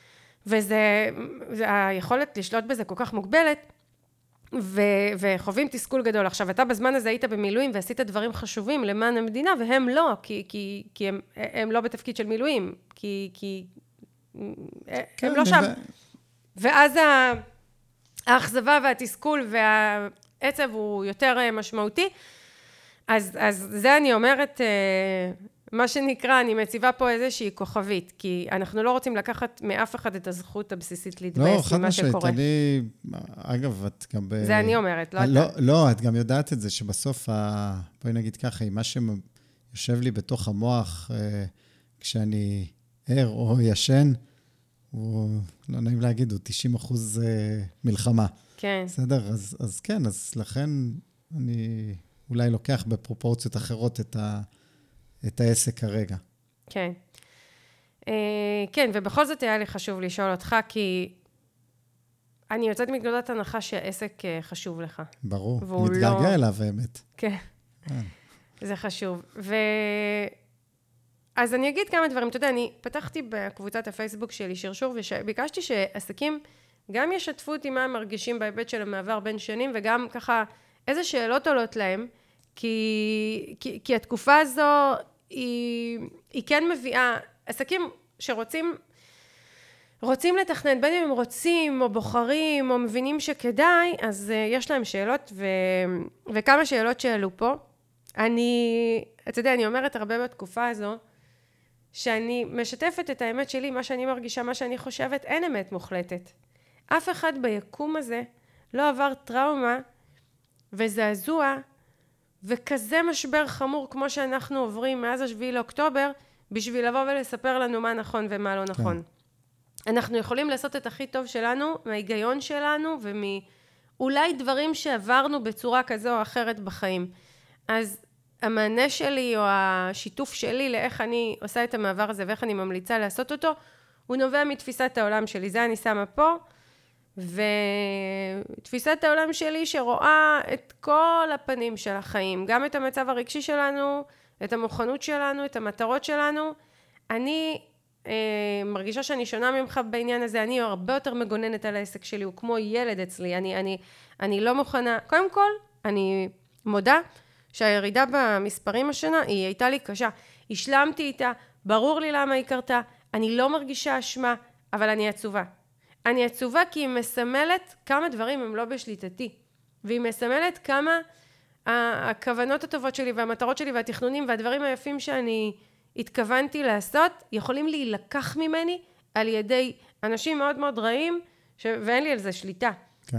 היכולת לשלוט בזה כל כך מוגבלת, וחווים תסכול גדול. עכשיו, אתה בזמן הזה היית במילואים ועשית דברים חשובים למען המדינה, והם לא, כי הם לא בתפקיד של מילואים, כי הם לא שם. ואז האכזבה והתסכול והעצב הוא יותר משמעותי. אז זה אני אומרת, מה שנקרא, אני מציבה פה איזושהי כוכבית, כי אנחנו לא רוצים לקחת מאף אחד את הזכות הבסיסית להתבאס ממה שקורה. אגב, את גם זה אני אומרת, לא אתה. לא, את גם יודעת את זה, שבסוף, בואי נגיד ככה, מה שיושב לי בתוך המוח, כשאני ער או ישן, הוא, לא נעים להגיד, הוא 90% מלחמה. כן. בסדר? אז כן, אז לכן אני אולי לוקח בפרופורציות אחרות את העסק כרגע. כן. כן, ובכל זאת היה לי חשוב לשאול אותך, כי אני יוצאת מנקודת הנחה שהעסק חשוב לך. ברור, מתגעגע אליו האמת. כן, זה חשוב. אז אני אגיד כמה דברים. אתה יודע, אני פתחתי בקבוצת הפייסבוק שלי שרשור, וביקשתי שעסקים גם ישתפו אותי מה הם מרגישים בהיבט של המעבר בין שנים, וגם ככה איזה שאלות עולות להם, כי התקופה הזו היא כן מביאה, עסקים רוצים לתכנן, בין אם הם רוצים או בוחרים או מבינים שכדאי, אז יש להם שאלות וכמה שאלות שעלו פה. אתה יודע, אני אומרת הרבה בתקופה הזו, שאני משתפת את האמת שלי, מה שאני מרגישה, מה שאני חושבת, אין אמת מוחלטת. אף אחד ביקום הזה לא עבר טראומה וזעזוע וכזה משבר חמור כמו שאנחנו עוברים מאז השביעי לאוקטובר, בשביל לבוא ולספר לנו מה נכון ומה לא נכון. כן. אנחנו יכולים לעשות את הכי טוב שלנו, מההיגיון שלנו, ומאולי דברים שעברנו בצורה כזו או אחרת בחיים. אז המענה שלי או השיתוף שלי לאיך אני עושה את המעבר הזה ואיך אני ממליצה לעשות אותו, הוא נובע מתפיסת העולם שלי. זה אני שמה פה, ותפיסת העולם שלי שרואה את כל הפנים של החיים, גם את המצב הרגשי שלנו, את המוכנות שלנו, את המטרות שלנו. אני מרגישה שאני שונה ממך בעניין הזה, אני הרבה יותר מגוננת על העסק שלי, הוא כמו ילד אצלי, אני לא מוכנה, קודם כל, אני מודה שהירידה במספרים השנה היא הייתה לי קשה, השלמתי איתה, ברור לי למה היא קרתה, אני לא מרגישה אשמה, אבל אני עצובה. אני עצובה כי היא מסמלת כמה דברים הם לא בשליטתי, והיא מסמלת כמה הכוונות הטובות שלי והמטרות שלי והתכנונים והדברים היפים שאני התכוונתי לעשות, יכולים להילקח ממני על ידי אנשים מאוד מאוד רעים, ואין לי על זה שליטה. כן.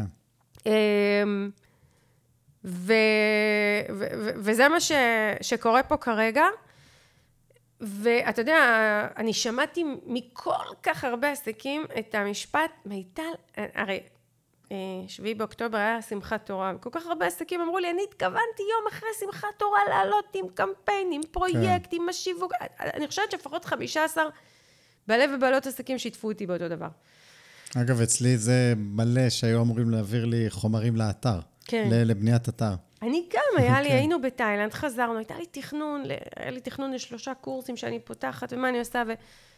וזה מה שקורה פה כרגע, ואתה יודע, אני שמעתי מכל כך הרבה עסקים את המשפט, מיטל, הרי 7 באוקטובר היה שמחת תורה, וכל כך הרבה עסקים אמרו לי, אני התכוונתי יום אחרי שמחת תורה לעלות עם קמפיין, עם פרויקט, עם השיווק, אני חושבת שפחות 15 בעלי ובעלות עסקים שיתפו אותי באותו דבר. אגב, אצלי זה מלא שהיו אמורים להעביר לי חומרים לאתר, כן. לבניית אתר. אני גם, היינו בתאילנד, חזרנו, היה לי תכנון ל3 קורסים שאני פותחת, ומה אני עושה,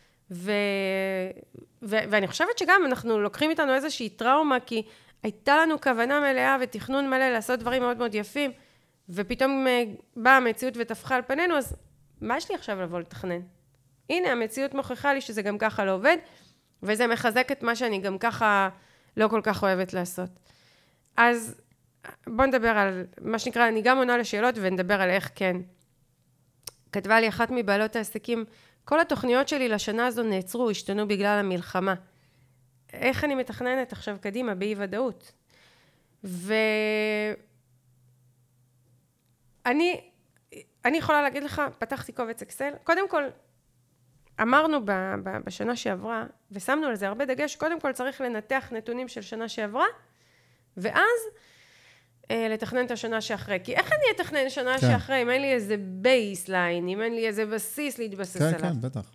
ואני חושבת שגם אנחנו לוקחים איתנו איזושהי טראומה, כי הייתה לנו כוונה מלאה ותכנון מלא לעשות דברים מאוד מאוד יפים, ופתאום באה המציאות ותפחה על פנינו, אז מה יש לי עכשיו לבוא לתכנן? הנה, המציאות מוכיחה לי שזה גם ככה לא עובד, וזה מחזק את מה שאני גם ככה לא כל כך אוהבת לעשות. אז בוא נדבר על מה שנקרא, אני גם עונה לשאלות ונדבר על איך כן. כתבה לי אחת מבעלות העסקים, כל התוכניות שלי לשנה הזו נעצרו, השתנו בגלל המלחמה. איך אני מתכננת עכשיו קדימה באי ודאות? אני יכולה להגיד לך, פתחתי קובץ אקסל, קודם כל, אמרנו בשנה שעברה, ושמנו על זה הרבה דגש, קודם כל צריך לנתח נתונים של שנה שעברה, ואז לתכנן את השנה שאחרי. כי איך אני אתכנן שנה שאחרי, אם אין לי איזה בייסליין, אם אין לי איזה בסיס להתבסס עליו. כן, בטח.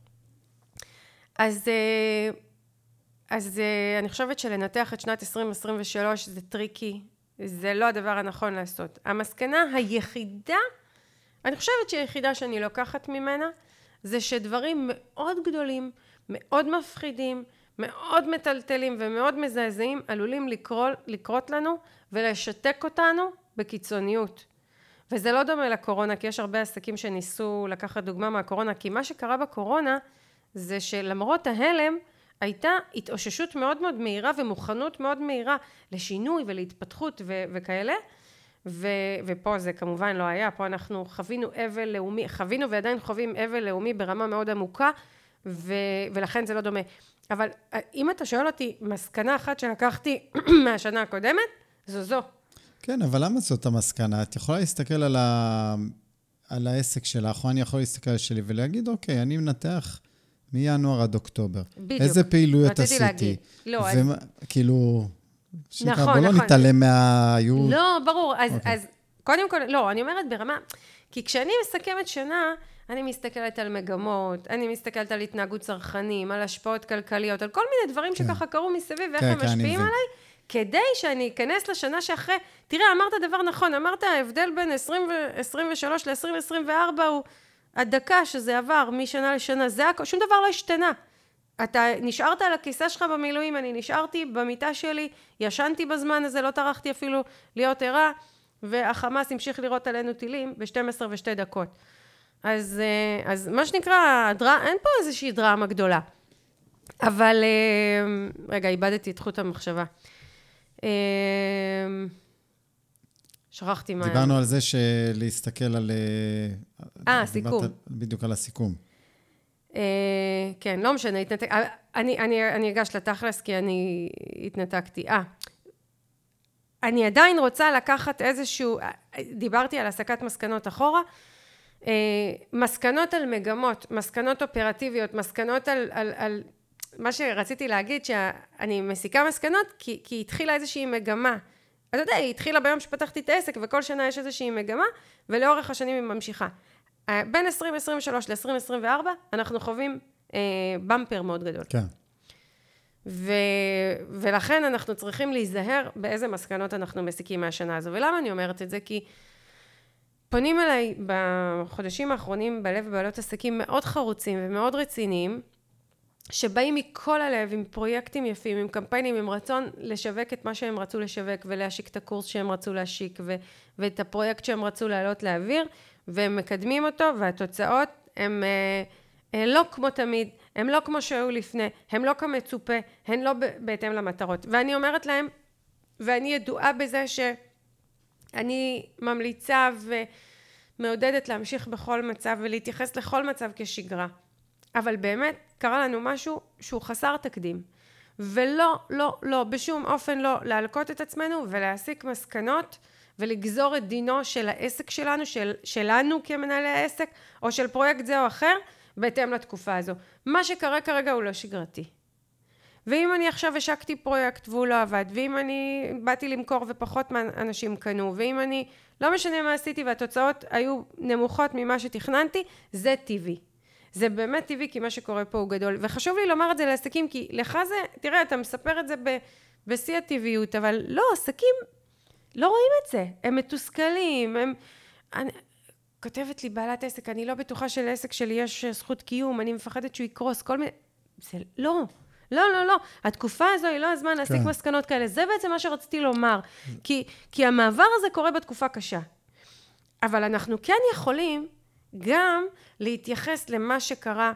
אז אני חושבת שלנתח את שנת 2023 זה טריקי, זה לא הדבר הנכון לעשות. המסקנה היחידה, אני חושבת שהיחידה שאני לוקחת ממנה, זה שדברים מאוד גדולים, מאוד מפחידים, מאוד מטלטלים ומאוד מזעזעים, עלולים לקרות לנו ולשתק אותנו בקיצוניות. וזה לא דומה לקורונה, כי יש הרבה עסקים שניסו לקחת דוגמה מהקורונה, כי מה שקרה בקורונה זה שלמרות ההלם, הייתה התאוששות מאוד מאוד מהירה ומוכנות מאוד מהירה לשינוי ולהתפתחות וכאלה, ופה זה כמובן לא היה, פה אנחנו חווינו אבל לאומי, חווינו ועדיין חווים אבל לאומי ברמה מאוד עמוקה, ולכן זה לא דומה. אבל אם אתה שואל אותי, מסקנה אחת שלקחתי מהשנה הקודמת, זו. כן, אבל למה זאת המסקנה? את יכולה להסתכל על העסק שלך, או אני יכול להסתכל על שלי ולהגיד, אוקיי, אני מנתח מינואר עד אוקטובר. בדיוק. איזה פעילויות רציתי עשיתי? להגיד. לא, כאילו, נכון, בוא לא נתעלם מהיו... לא, ברור. אז קודם כל, לא, אני אומרת ברמה, כי כשאני מסכמת שנה, אני מסתכלת על מגמות, אני מסתכלת על התנהגות צרכנים, על השפעות כלכליות, על כל מיני דברים שככה קרו מסביב, ואיך הם משפיעים עליי, כדי שאני אכנס לשנה שאחרי, תראה, אמרת דבר נכון, אמרת ההבדל בין 2023 ל-2024 הוא הדקה שזה עבר משנה לשנה, זה שום דבר לא השתנה. אתה נשארת על הכיסא שלך במילואים, אני נשארתי במיטה שלי, ישנתי בזמן הזה, לא טרחתי אפילו להיות ערה, והחמאס המשיך לירות עלינו טילים ב-12:02. אז מה שנקרא, אין פה איזושהי דרמה גדולה. אבל, רגע, איבדתי את חוט המחשבה. שכחתי מה... דיברנו על זה שלהסתכל על... סיכום. בדיוק על הסיכום. כן, לא משנה, אני אגש לתכלס כי אני התנתקתי. אני עדיין רוצה לקחת איזשהו, דיברתי על הסקת מסקנות אחורה, מסקנות על מגמות, מסקנות אופרטיביות, מסקנות על מה שרציתי להגיד, שאני מסיקה מסקנות, כי התחילה איזושהי מגמה. אתה יודע, היא התחילה ביום שפתחתי את העסק, וכל שנה יש איזושהי מגמה, ולאורך השנים היא ממשיכה. בין 2023 ל-2024, אנחנו חווים במפר מאוד גדול. כן. ולכן אנחנו צריכים להיזהר באיזה מסקנות אנחנו מסיקים מהשנה הזו. ולמה אני אומרת את זה? כי פונים אליי בחודשים האחרונים בלב ובעלות עסקים מאוד חרוצים ומאוד רציניים, שבאים מכל הלב עם פרויקטים יפים, עם קמפיינים, עם רצון לשווק את מה שהם רצו לשווק, ולהשיק את הקורס שהם רצו להשיק, ואת הפרויקט שהם רצו לעלות לאוויר, והם מקדמים אותו, והתוצאות הם לא כמו תמיד, הם לא כמו שהיו לפני, הם לא כמצופה, הן לא בהתאם למטרות. ואני אומרת להם, ואני ידועה בזה שאני ממליצה ומעודדת להמשיך בכל מצב, ולהתייחס לכל מצב כשגרה. אבל באמת קרה לנו משהו שהוא חסר תקדים. ולא, לא, לא, בשום אופן לא להלקות את עצמנו ולהסיק מסקנות ולגזור את דינו של העסק שלנו, שלנו כמנהלי העסק, או של פרויקט זה או אחר, בהתאם לתקופה הזו. מה שקרה כרגע הוא לא שגרתי. ואם אני עכשיו השקתי פרויקט והוא לא עבד, ואם אני באתי למכור ופחות אנשים קנו, ואם אני, לא משנה מה עשיתי והתוצאות היו נמוכות ממה שתכננתי, זה טבעי. זה באמת טבעי, כי מה שקורה פה הוא גדול. וחשוב לי לומר את זה לעסקים, כי לך זה, תראה, אתה מספר את זה בשיא הטבעיות, אבל לא, עסקים לא רואים את זה. הם מתוסכלים, כותבת לי בעלת עסק, אני לא בטוחה שלעסק שלי יש זכות קיום, אני מפחדת שהוא יקרוס, כל מיני... זה לא. לא, לא, לא. התקופה הזו היא לא הזמן להסיק מסקנות כאלה. זה בעצם מה שרציתי לומר. כי המעבר הזה קורה בתקופה קשה. אבל אנחנו כן יכולים גם להתייחס למה שקרה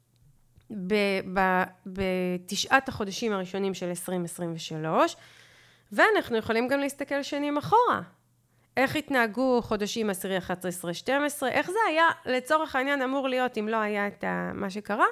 בתשעת החודשים הראשונים של 2023, ואנחנו יכולים גם להסתכל שנים אחורה. איך התנהגו חודשים 10, 11, 12, איך זה היה לצורך העניין אמור להיות אם לא היה את מה שקרה,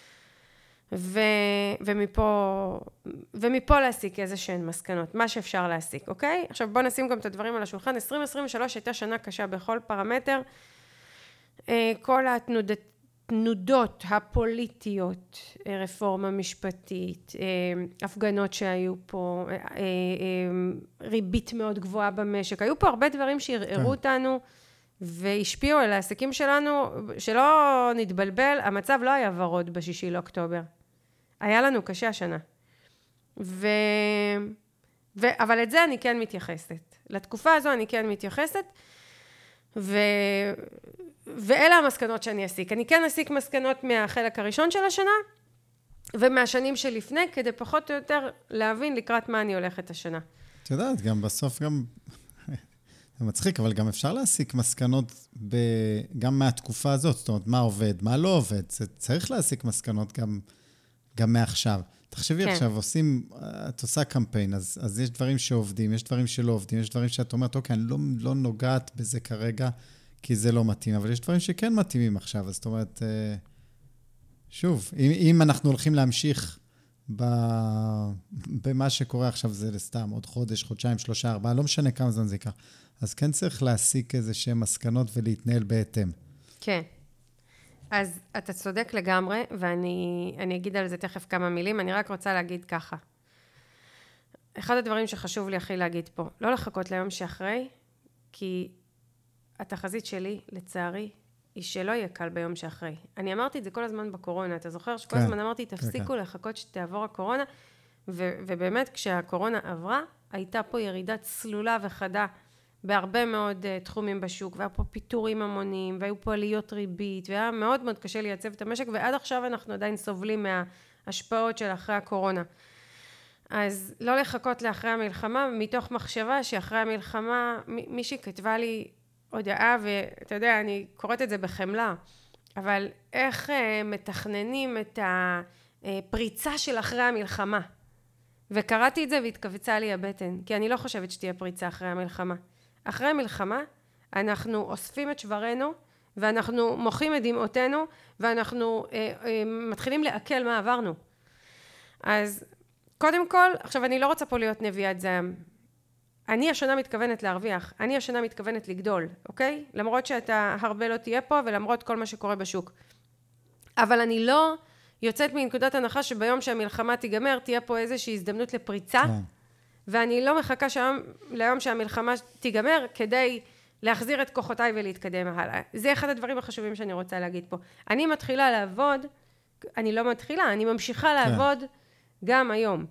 ומפה להסיק איזה שהן מסקנות, מה שאפשר להסיק, אוקיי? עכשיו בוא נשים גם את הדברים על השולחן. 2023 הייתה שנה קשה בכל פרמטר, כל התנודות הפוליטיות, רפורמה משפטית, הפגנות שהיו פה, ריבית מאוד גבוהה במשק, היו פה הרבה דברים שערערו אותנו והשפיעו על העסקים שלנו, שלא נתבלבל, המצב לא היה ורוד ב6 לאוקטובר. היה לנו קשה השנה. אבל את זה אני כן מתייחסת. לתקופה הזו אני כן מתייחסת, ואלה המסקנות שאני אסיק. אני כן אסיק מסקנות מהחלק הראשון של השנה, ומהשנים שלפני, כדי פחות או יותר להבין לקראת מה אני הולכת השנה. את יודעת, גם בסוף גם, זה מצחיק, אבל גם אפשר להסיק מסקנות גם מהתקופה הזאת, זאת אומרת, מה עובד, מה לא עובד. צריך להסיק מסקנות גם מעכשיו. תחשבי עכשיו, את עושה קמפיין, אז יש דברים שעובדים, יש דברים שלא עובדים, יש דברים שאת אומרת, אוקיי, אני לא נוגעת בזה כרגע, כי זה לא מתאים, אבל יש דברים שכן מתאימים עכשיו, אז זאת אומרת, שוב, אם אנחנו הולכים להמשיך במה שקורה עכשיו, זה לסתם, עוד חודש, חודשיים, 3, 4, לא משנה כמה זמן זה יקרה, אז כן צריך להסיק איזה שהן מסקנות ולהתנהל בהתאם. כן. אז אתה צודק לגמרי, ואני אגיד על זה תכף כמה מילים, אני רק רוצה להגיד ככה. אחד הדברים שחשוב לי הכי להגיד פה, לא לחכות ליום שאחרי, כי התחזית שלי, לצערי, היא שלא יהיה קל ביום שאחרי. אני אמרתי את זה כל הזמן בקורונה, אתה זוכר שכל הזמן אמרתי, תפסיקו לחכות שתעבור הקורונה, ובאמת כשהקורונה עברה, הייתה פה ירידה צלולה וחדה, בהרבה מאוד תחומים בשוק, והיה פה פיטורים המוניים, והיו פה עליות ריבית, והיה מאוד מאוד קשה לייצב את המשק, ועד עכשיו אנחנו עדיין סובלים מההשפעות של אחרי הקורונה. אז לא לחכות לאחרי המלחמה, מתוך מחשבה שאחרי המלחמה, מישהי כתבה לי הודעה, ואתה יודע, אני קוראת את זה בחמלה, אבל איך מתכננים את הפריצה של אחרי המלחמה? וקראתי את זה והתכווצה לי הבטן, כי אני לא חושבת שתהיה פריצה אחרי המלחמה. אחרי המלחמה, אנחנו אוספים את שברנו, ואנחנו מוחים את דמעותינו, ואנחנו מתחילים לעכל מה עברנו. אז קודם כל, עכשיו אני לא רוצה פה להיות נביאת זעם. אני השנה מתכוונת להרוויח, אני השנה מתכוונת לגדול, אוקיי? למרות שאתה הרבה לא תהיה פה, ולמרות כל מה שקורה בשוק. אבל אני לא יוצאת מנקודת הנחה שביום שהמלחמה תיגמר, תהיה פה איזושהי הזדמנות לפריצה, ואני לא מחכה ליום שהמלחמה תיגמר, כדי להחזיר את כוחותיי ולהתקדם הלאה. זה אחד הדברים החשובים שאני רוצה להגיד פה. אני מתחילה לעבוד, אני לא מתחילה, אני ממשיכה לעבוד גם היום.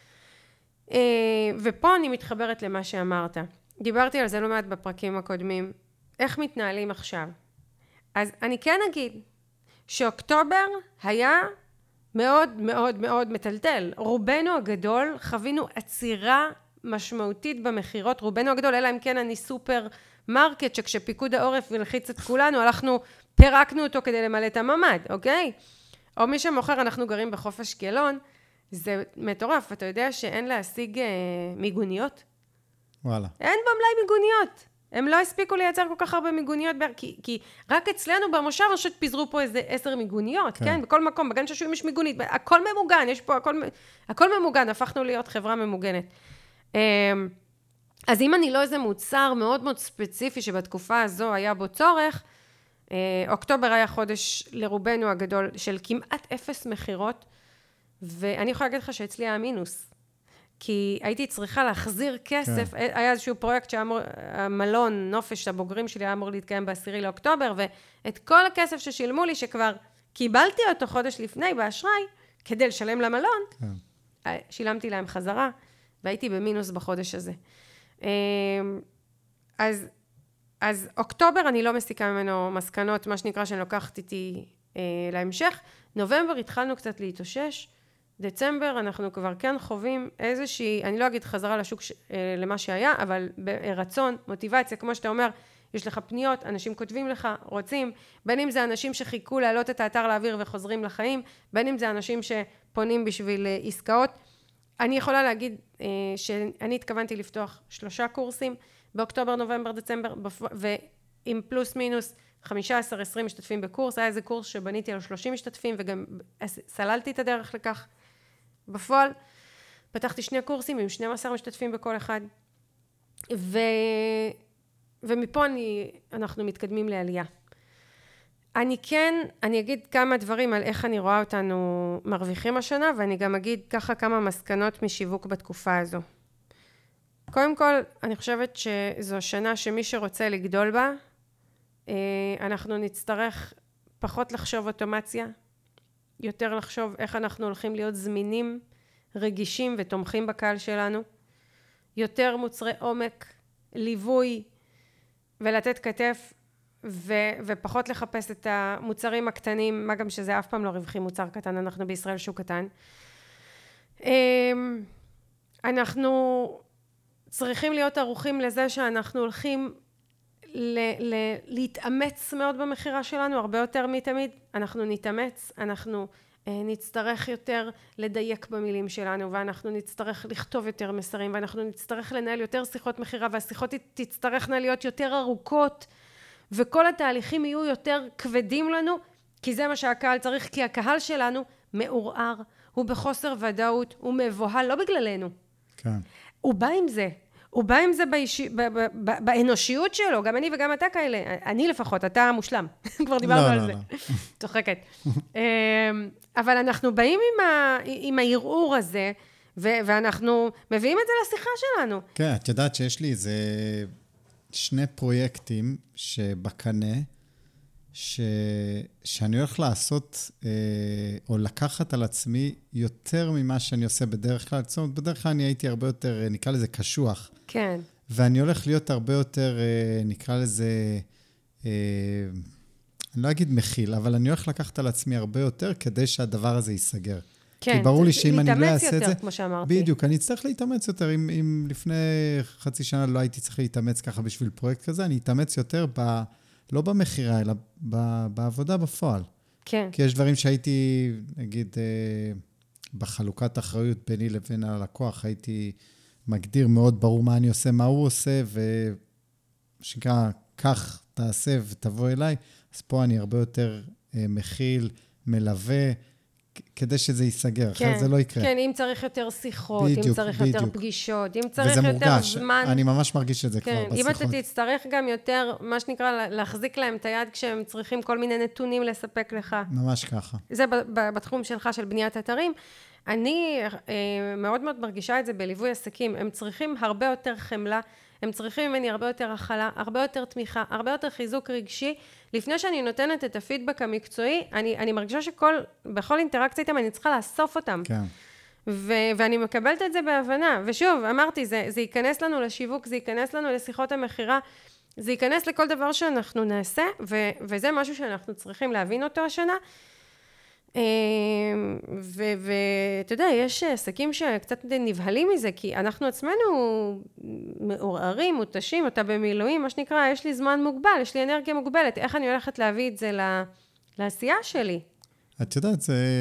ופה אני מתחברת למה שאמרת. דיברתי על זה לא מעט בפרקים הקודמים. איך מתנהלים עכשיו? אז אני כן אגיד שאוקטובר היה מאוד מאוד מאוד מטלטל. רובנו הגדול חווינו עצירה משמעותית במחירות, רובנו הגדול, אלא אם כן אני סופר מרקט, שכשפיקוד העורף ולחיץ את כולנו, הלכנו, פירקנו אותו כדי למלא את הממד, אוקיי? או מי שמוכר, אנחנו גרים בחוף אשקלון, זה מטורף, אתה יודע שאין להשיג מיגוניות? וואלה. אין במלאי מיגוניות. הם לא הספיקו לייצר כל כך הרבה מיגוניות, כי רק אצלנו במושב פשוט פיזרו פה איזה 10 מיגוניות, כן? בכל מקום, בגן שעשועים יש מיגונית, הכל ממוגן, יש פה הכל ממוגן, הפכנו להיות חברה ממוגנת. אז אם אני לא איזה מוצר מאוד מאוד ספציפי שבתקופה הזו היה בו צורך, אוקטובר היה חודש לרובנו הגדול של כמעט 0 מחירות, ואני יכולה להגיד לך שאצלי היה מינוס. כי הייתי צריכה להחזיר כסף, היה איזשהו פרויקט שהמלון, נופש הבוגרים שלי היה אמור להתקיים ב10 לאוקטובר, ואת כל הכסף ששילמו לי, שכבר קיבלתי אותו חודש לפני באשראי, כדי לשלם למלון, שילמתי להם חזרה, והייתי במינוס בחודש הזה. אז אוקטובר אני לא מסיקה ממנו מסקנות, מה שנקרא שאני לוקחת איתי להמשך. נובמבר התחלנו קצת להתאושש, דצמבר אנחנו כבר כן חווים איזושהי, אני לא אגיד חזרה לשוק למה שהיה, אבל ברצון, מוטיבציה, כמו שאתה אומר, יש לך פניות, אנשים כותבים לך, רוצים, בין אם זה אנשים שחיכו להעלות את האתר לאוויר וחוזרים לחיים, בין אם זה אנשים שפונים בשביל עסקאות. אני יכולה להגיד שאני התכוונתי לפתוח 3 קורסים, באוקטובר, נובמבר, דצמבר, ועם פלוס מינוס 15-20 משתתפים בקורס, היה איזה קורס שבניתי על 30 משתתפים, וגם סללתי את הדרך לכך. בפועל, פתחתי 2 קורסים עם 12 משתתפים בכל אחד, ומפה אנחנו מתקדמים לעלייה. אני אגיד כמה דברים על איך אני רואה אותנו מרוויחים השנה, ואני גם אגיד ככה כמה מסקנות משיווק בתקופה הזו. קודם כל, אני חושבת שזו שנה שמי שרוצה לגדול בה, אנחנו נצטרך פחות לחשוב אוטומציה, יותר לחשוב איך אנחנו הולכים להיות זמינים, רגישים ותומכים בקהל שלנו, יותר מוצרי עומק, ליווי ולתת כתף, ופחות לחפש את המוצרים הקטנים, מה גם שזה אף פעם לא רווחי מוצר קטן, אנחנו בישראל שוק קטן. אנחנו צריכים להיות ערוכים לזה שאנחנו הולכים להתאמץ מאוד במחירה שלנו, הרבה יותר מתמיד. אנחנו נתאמץ, אנחנו נצטרך יותר לדייק במילים שלנו, ואנחנו נצטרך לכתוב יותר מסרים, ואנחנו נצטרך לנהל יותר שיחות מחירה, והשיחות תצטרכנה להיות יותר ארוכות, וכל התהליכים יהיו יותר כבדים לנו, כי זה מה שהקהל צריך, כי הקהל שלנו מעורער, הוא בחוסר ודאות, הוא מבוהל, לא בגללנו. כן. הוא בא עם זה. הוא בא עם זה באנושיות שלו, גם אני וגם אתה כאלה. אני לפחות, אתה מושלם. כבר דיברנו על זה. צוחקת. אבל אנחנו באים עם הערעור הזה, ואנחנו מביאים את זה לשיחה שלנו. כן, את יודעת שיש לי שני פרויקטים שבקנה, שאני הולך לעשות, או לקחת על עצמי יותר ממה שאני עושה בדרך כלל. זאת אומרת, בדרך כלל אני הייתי הרבה יותר, נקרא לזה קשוח. כן. ואני הולך להיות הרבה יותר, נקרא לזה, אני לא אגיד מכיל, אבל אני הולך לקחת על עצמי הרבה יותר כדי שהדבר הזה ייסגר. כן, כי ברור לי שאם אני לא אעשה את זה... להתאמץ יותר, כמו שאמרתי. בדיוק, אני אצטרך להתאמץ יותר. אם לפני חצי שנה לא הייתי צריך להתאמץ ככה בשביל פרויקט כזה, אני אתאמץ יותר לא במחירה, אלא בעבודה בפועל. כן. כי יש דברים שהייתי, נגיד, בחלוקת אחריות ביני לבין הלקוח, הייתי מגדיר מאוד ברור מה אני עושה, מה הוא עושה, ושקרא, כך תעשה ותבוא אליי. אז פה אני הרבה יותר מכיל, מלווה, כדי שזה ייסגר, אחרת זה לא יקרה. כן, אם צריך יותר שיחות, אם צריך יותר פגישות, אם צריך וזה יותר מורגש, זמן. אני ממש מרגיש את זה כבר בשיחות. אם אתה תצטרך גם יותר, מה שנקרא, להחזיק להם את היד כשהם צריכים כל מיני נתונים לספק לך. ממש ככה. זה בתחום שלך, של בניית אתרים. אני מאוד מאוד מרגישה את זה בליווי עסקים. הם צריכים הרבה יותר חמלה, הם צריכים ממני הרבה יותר הכלה, הרבה יותר תמיכה, הרבה יותר חיזוק רגשי. לפני שאני נותנת את הפידבק המקצועי, אני מרגישה בכל אינטראקציה איתם אני צריכה לאסוף אותם. כן. ואני מקבלת את זה בהבנה. ושוב, אמרתי, זה ייכנס לנו לשיווק, זה ייכנס לנו לשיחות המחירה, זה ייכנס לכל דבר שאנחנו נעשה, וזה משהו שאנחנו צריכים להבין אותו השנה. ואתה יודע, יש עסקים שקצת נבהלים מזה, כי אנחנו עצמנו מעורערים, מותשים, אתה במילואים, מה שנקרא, יש לי זמן מוגבל, יש לי אנרגיה מוגבלת, איך אני הולכת להביא את זה לעשייה שלי? את יודעת,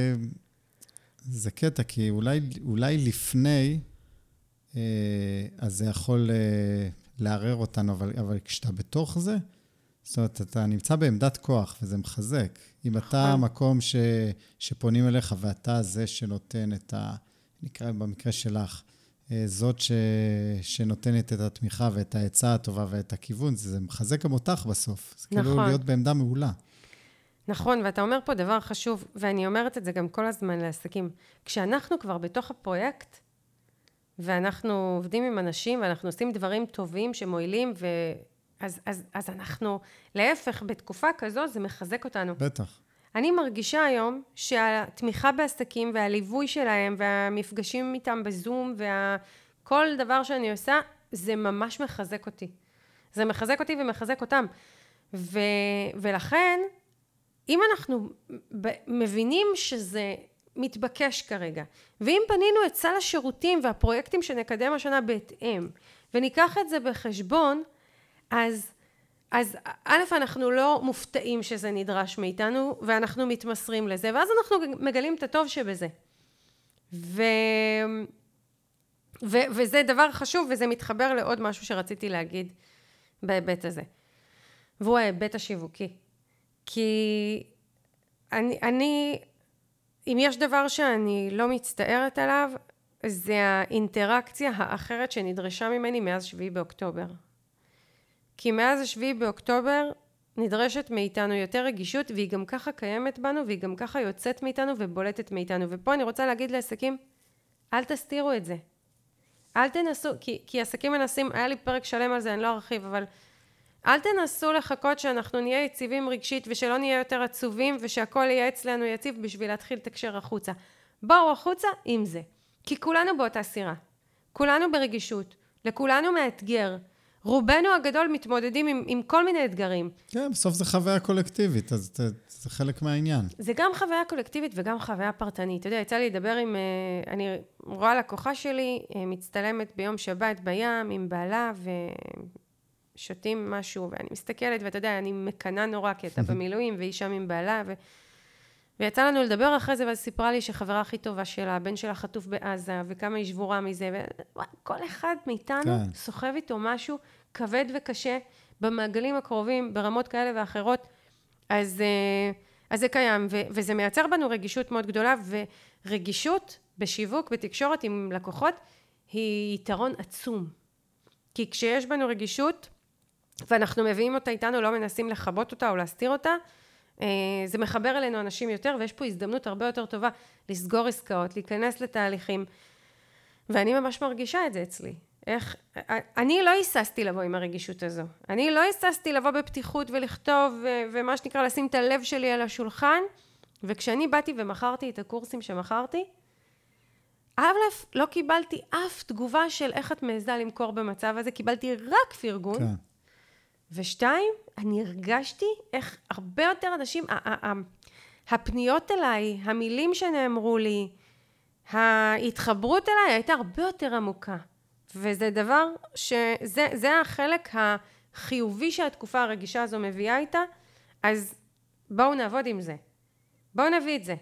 זה קטע, כי אולי לפני, אז זה יכול לערער אותנו, אבל כשאתה בתוך זה, זאת אומרת, אתה נמצא בעמדת כוח, וזה מחזק. אם אתה מקום שפונים אליך, ואתה זה שנותן את נקרא במקרה שלך, זאת שנותנת את התמיכה, ואת העצה הטובה, ואת הכיוון, זה מחזק גם אותך בסוף. זה כאילו להיות בעמדה מעולה. נכון, ואתה אומר פה דבר חשוב, ואני אומרת את זה גם כל הזמן לעסקים. כשאנחנו כבר בתוך הפרויקט, ואנחנו עובדים עם אנשים, ואנחנו עושים דברים טובים שמועילים, אז אנחנו, להפך, בתקופה כזו, זה מחזק אותנו. בטח. אני מרגישה היום שהתמיכה בעסקים והליווי שלהם, והמפגשים איתם בזום, וכל דבר שאני עושה, זה ממש מחזק אותי. זה מחזק אותי ומחזק אותם. ולכן, אם אנחנו מבינים שזה מתבקש כרגע, ואם פנינו את סל השירותים והפרויקטים שנקדם השנה בהתאם, וניקח את זה בחשבון, אז א', אנחנו לא מופתעים שזה נדרש מאיתנו, ואנחנו מתמסרים לזה, ואז אנחנו מגלים את הטוב שבזה. וזה דבר חשוב, וזה מתחבר לעוד משהו שרציתי להגיד בהיבט הזה. והוא ההיבט השיווקי. כי אם יש דבר שאני לא מצטערת עליו, זה האינטראקציה האחרת שנדרשה ממני מאז 7 באוקטובר. כי מאז 7 באוקטובר נדרשת מאיתנו יותר רגישות, והיא גם ככה קיימת בנו, והיא גם ככה יוצאת מאיתנו ובולטת מאיתנו. ופה אני רוצה להגיד לעסקים, אל תסתירו את זה. אל תנסו, כי עסקים מנסים, היה לי פרק שלם על זה, אני לא ארחיב, אבל אל תנסו לחכות שאנחנו נהיה יציבים רגשית, ושלא נהיה יותר עצובים, ושהכל יהיה אצלנו יציב בשביל להתחיל לתקשר החוצה. בואו החוצה עם זה. כי כולנו באותה סירה. כולנו ברגישות. לכולנו מאתגר. רובנו הגדול מתמודדים עם כל מיני אתגרים. כן, בסוף זה חוויה קולקטיבית, אז זה חלק מהעניין. זה גם חוויה קולקטיבית וגם חוויה פרטנית. אתה יודע, יצא לי לדבר אני רואה לקוחה שלי, מצטלמת ביום שבת בים עם בעלה, ושותים משהו, ואני מסתכלת, ואתה יודע, אני מקנה נורא, כי אתה במילואים, והיא שם עם בעלה, ויצא לנו לדבר אחרי זה, ואז סיפרה לי שחברה הכי טובה שלה, הבן שלה חטוף בעזה, וכמה היא שבורה מזה, וכל אחד מאיתנו סוחב איתו משהו כבד וקשה, במעגלים הקרובים, ברמות כאלה ואחרות, אז זה קיים, וזה מייצר בנו רגישות מאוד גדולה, ורגישות בשיווק, בתקשורת עם לקוחות, היא יתרון עצום. כי כשיש בנו רגישות, ואנחנו מביאים אותה איתנו, לא מנסים לחבות אותה או להסתיר אותה, זה מחבר אלינו אנשים יותר, ויש פה הזדמנות הרבה יותר טובה לסגור עסקאות, להיכנס לתהליכים, ואני ממש מרגישה את זה אצלי. אני לא היססתי לבוא עם הרגישות הזו. אני לא היססתי לבוא בפתיחות ולכתוב, ומה שנקרא לשים את הלב שלי על השולחן, וכשאני באתי ומכרתי את הקורסים שמכרתי, לא קיבלתי אף תגובה של איך את מעיזה למכור במצב הזה, קיבלתי רק פרגון. כן. ושתיים, אני הרגשתי איך הרבה יותר אנשים, הפניות אליי, המילים שנאמרו לי, ההתחברות אליי הייתה הרבה יותר עמוקה. וזה דבר זה החלק החיובי שהתקופה הרגישה הזו מביאה איתה, אז בואו נעבוד עם זה. בואו נביא את זה.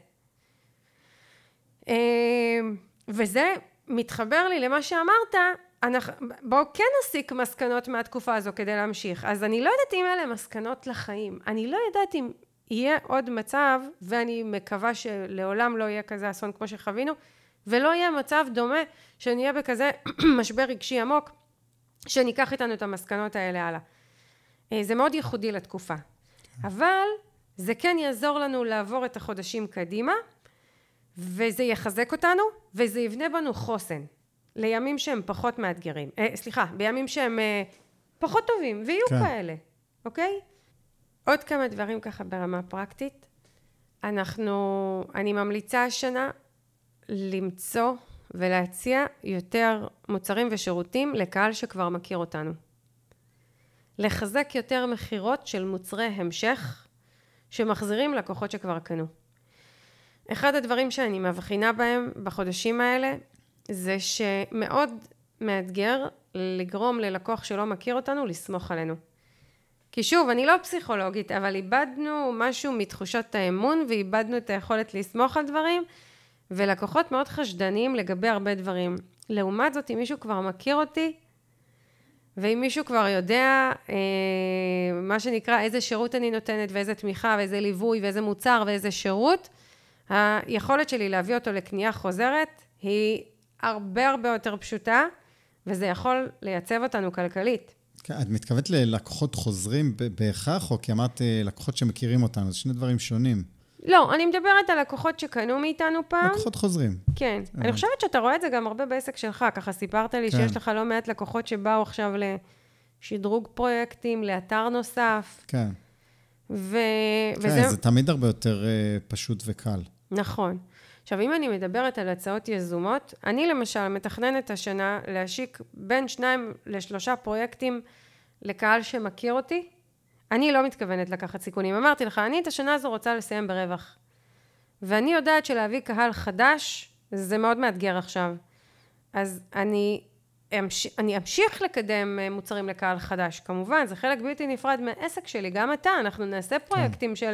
וזה מתחבר לי למה שאמרת, בואו כן נסיק מסקנות מהתקופה הזו כדי להמשיך. אז אני לא יודעת אם אלה מסקנות לחיים. אני לא יודעת אם יהיה עוד מצב, ואני מקווה שלעולם לא יהיה כזה אסון כמו שחווינו, ולא יהיה מצב דומה שנהיה בכזה משבר רגשי עמוק, שניקח איתנו את המסקנות האלה הלאה. זה מאוד ייחודי לתקופה. אבל זה כן יעזור לנו לעבור את החודשים קדימה, וזה יחזק אותנו, וזה יבנה בנו חוסן. לימים שהם פחות מאתגרים. בימים שהם פחות טובים, ויהיו כאלה. אוקיי? עוד כמה דברים ככה ברמה פרקטית. אני ממליצה השנה למצוא ולהציע יותר מוצרים ושירותים לקהל שכבר מכיר אותנו. לחזק יותר מחירות של מוצרי המשך שמחזירים לקוחות שכבר קנו. אחד הדברים שאני מבחינה בהם בחודשים האלה, זה שמאוד מאתגר לגרום ללקוח שלא מכיר אותנו לסמוך עלינו. כי שוב, אני לא פסיכולוגית, אבל איבדנו משהו מתחושת האמון, ואיבדנו את היכולת לסמוך על דברים, ולקוחות מאוד חשדניים לגבי הרבה דברים. לעומת זאת, אם מישהו כבר מכיר אותי, ואם מישהו כבר יודע מה שנקרא איזה שירות אני נותנת, ואיזה תמיכה, ואיזה ליווי, ואיזה מוצר, ואיזה שירות, היכולת שלי להביא אותו לקנייה חוזרת, היא הרבה הרבה יותר פשוטה, וזה יכול לייצב אותנו כלכלית. את מתכוונת ללקוחות חוזרים בהכרח, או כי אמרת לקוחות שמכירים אותנו, זה שני דברים שונים. לא, אני מדברת על לקוחות שקנו מאיתנו פעם. לקוחות חוזרים. כן. אני חושבת שאתה רואה את זה גם הרבה בעסק שלך, ככה סיפרת לי שיש לך לא מעט לקוחות שבאו עכשיו לשדרוג פרויקטים, לאתר נוסף. כן. כן, זה תמיד הרבה יותר פשוט וקל. נכון. עכשיו, אם אני מדברת על הצעות יזומות, אני למשל מתכננת השנה להשיק בין 2 ל3 פרויקטים לקהל שמכיר אותי. אני לא מתכוונת לקחת סיכונים. אמרתי לך, אני את השנה הזו רוצה לסיים ברווח. ואני יודעת שלהביא קהל חדש, זה מאוד מאתגר עכשיו. אז אני אמשיך לקדם מוצרים לקהל חדש. כמובן, זה חלק בלתי נפרד מהעסק שלי. גם אתה, אנחנו נעשה פרויקטים של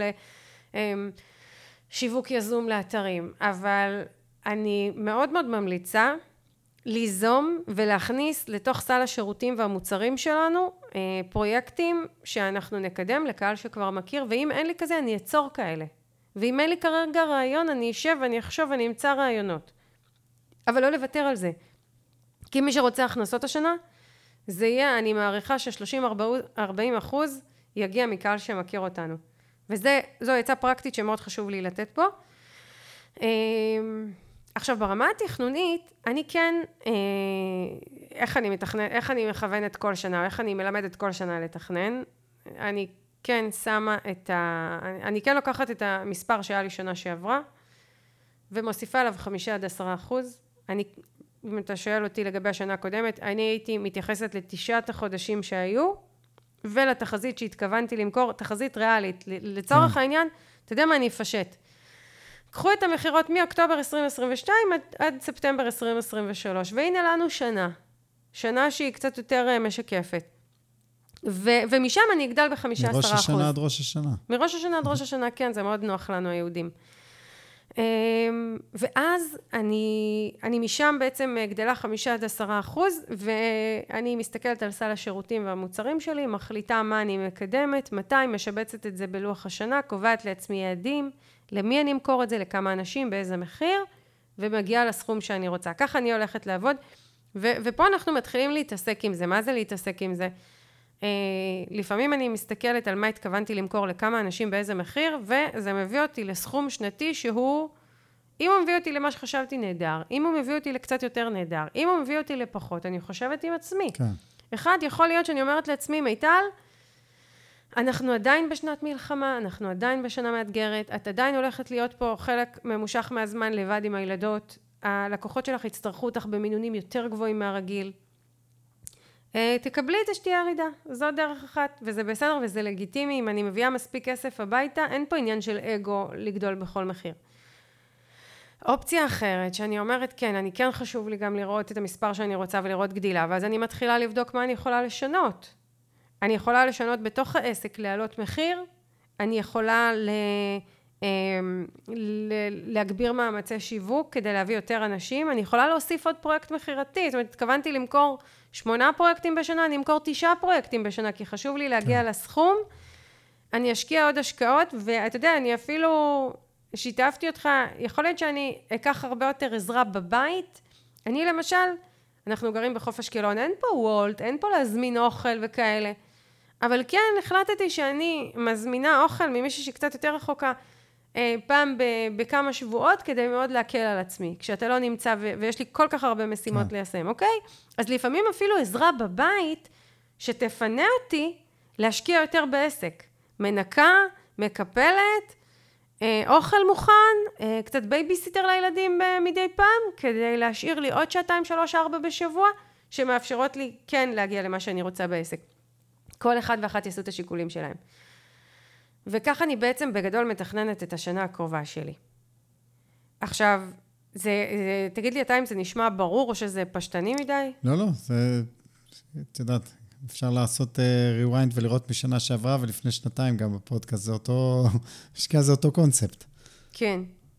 שיווק יזום לאתרים. אבל אני מאוד מאוד ממליצה ליזום ולהכניס לתוך סל השירותים והמוצרים שלנו פרויקטים שאנחנו נקדם לקהל שכבר מכיר, ואם אין לי כזה אני אצור כאלה. ואם אין לי כרגע רעיון, אני אשב ואני אחשוב ואני אמצא רעיונות. אבל לא לוותר על זה. כי מי שרוצה הכנסות השנה, זה יהיה, אני מעריכה ש30-40% יגיע מקהל שמכיר אותנו. וזו יצאה פרקטית שמאוד חשוב לי לתת פה. עכשיו, ברמה התכנונית, אני כן, איך אני מכוונת כל שנה, או איך אני מלמדת כל שנה לתכנן, אני כן שמה אני כן לוקחת את המספר שהיה לי שנה שעברה, ומוסיפה עליו 5-10%. אם אתה שואל אותי לגבי השנה הקודמת, אני הייתי מתייחסת ל9 החודשים שהיו, ולתחזית שהתכוונתי למכור, תחזית ריאלית. לצורך העניין, אתה יודע מה אני אפשט. קחו את המחירות מאוקטובר 2022 עד ספטמבר 2023, והנה לנו שנה שהיא קצת יותר משקפת. ומשם אני אגדל ב15%. מראש השנה עד ראש השנה. מראש השנה עד ראש השנה, כן, זה מאוד נוח לנו היהודים. ואז אני משם בעצם גדלה 5-10%, ואני מסתכלת על סל השירותים והמוצרים שלי, מחליטה מה אני מקדמת, מתי, משבצת את זה בלוח השנה, קובעת לעצמי יעדים, למי אני אמכור את זה, לכמה אנשים, באיזה מחיר, ומגיעה לסכום שאני רוצה. ככה אני הולכת לעבוד, ופה אנחנו מתחילים להתעסק עם זה. מה זה להתעסק עם זה? לפעמים אני מסתכלת על מה התכוונתי למכור לכמה אנשים באיזה מחיר, וזה מביא אותי לסכום שנתי שהוא אם הוא מביא אותי למה שחשבתי נהדר, אם הוא מביא אותי לקצת יותר נהדר, אם הוא מביא אותי לפחות, אני חושבת עם עצמי. כן. אחד, יכול להיות שאני אומרת לעצמי, מיטל, אנחנו עדיין בשנת מלחמה, אנחנו עדיין בשנה מאתגרת, את עדיין הולכת להיות פה חלק ממושך מהזמן לבד עם הילדות, הלקוחות שלך יצטרכו אותך במינונים יותר גבוהים מהרגיל. תקבלי את שתהיה ירידה, זו דרך אחת, וזה בסדר וזה לגיטימי, אם אני מביאה מספיק כסף הביתה, אין פה עניין של אגו לגדול בכל מחיר. אופציה אחרת, שאני אומרת, כן, אני כן חשוב לי גם לראות את המספר שאני רוצה ולראות גדילה, ואז אני מתחילה לבדוק מה אני יכולה לשנות. אני יכולה לשנות בתוך העסק, להעלות מחיר, אני יכולה להגביר מאמצי שיווק כדי להביא יותר אנשים, אני יכולה להוסיף עוד פרויקט מחירתי, זאת אומרת, התכוונתי למכור 8 פרויקטים בשנה, אני אמכור 9 פרויקטים בשנה, כי חשוב לי להגיע לסכום, אני אשקיע עוד השקעות, ואתה יודע, אני אפילו שיתפתי אותך, יכול להיות שאני אקח הרבה יותר עזרה בבית, אני למשל, אנחנו גרים בחוף אשקלון, אין פה וולט, אין פה להזמין אוכל וכאלה, אבל כן, החלטתי שאני מזמינה אוכל ממישהי שקצת יותר רחוקה, פעם בכמה שבועות, כדי מאוד להקל על עצמי, כשאתה לא נמצא, ויש לי כל כך הרבה משימות ליישם, אוקיי? אז לפעמים אפילו עזרה בבית, שתפנה אותי להשקיע יותר בעסק. מנקה, מקפלת, אוכל מוכן, קצת בייביסיטר לילדים מדי פעם, כדי להשאיר לי עוד 2, 3, 4 בשבוע, שמאפשרות לי כן להגיע למה שאני רוצה בעסק. כל אחד ואחת יעשו את השיקולים שלהם. וכך אני בעצם בגדול מתכננת את השנה הקרובה שלי. עכשיו, תגיד לי אתה אם זה נשמע ברור או שזה פשטני מדי? לא, את יודעת, אפשר לעשות rewind ולראות משנה שעברה ולפני שנתיים גם בפודקאסט, זה אותו קונספט. כן.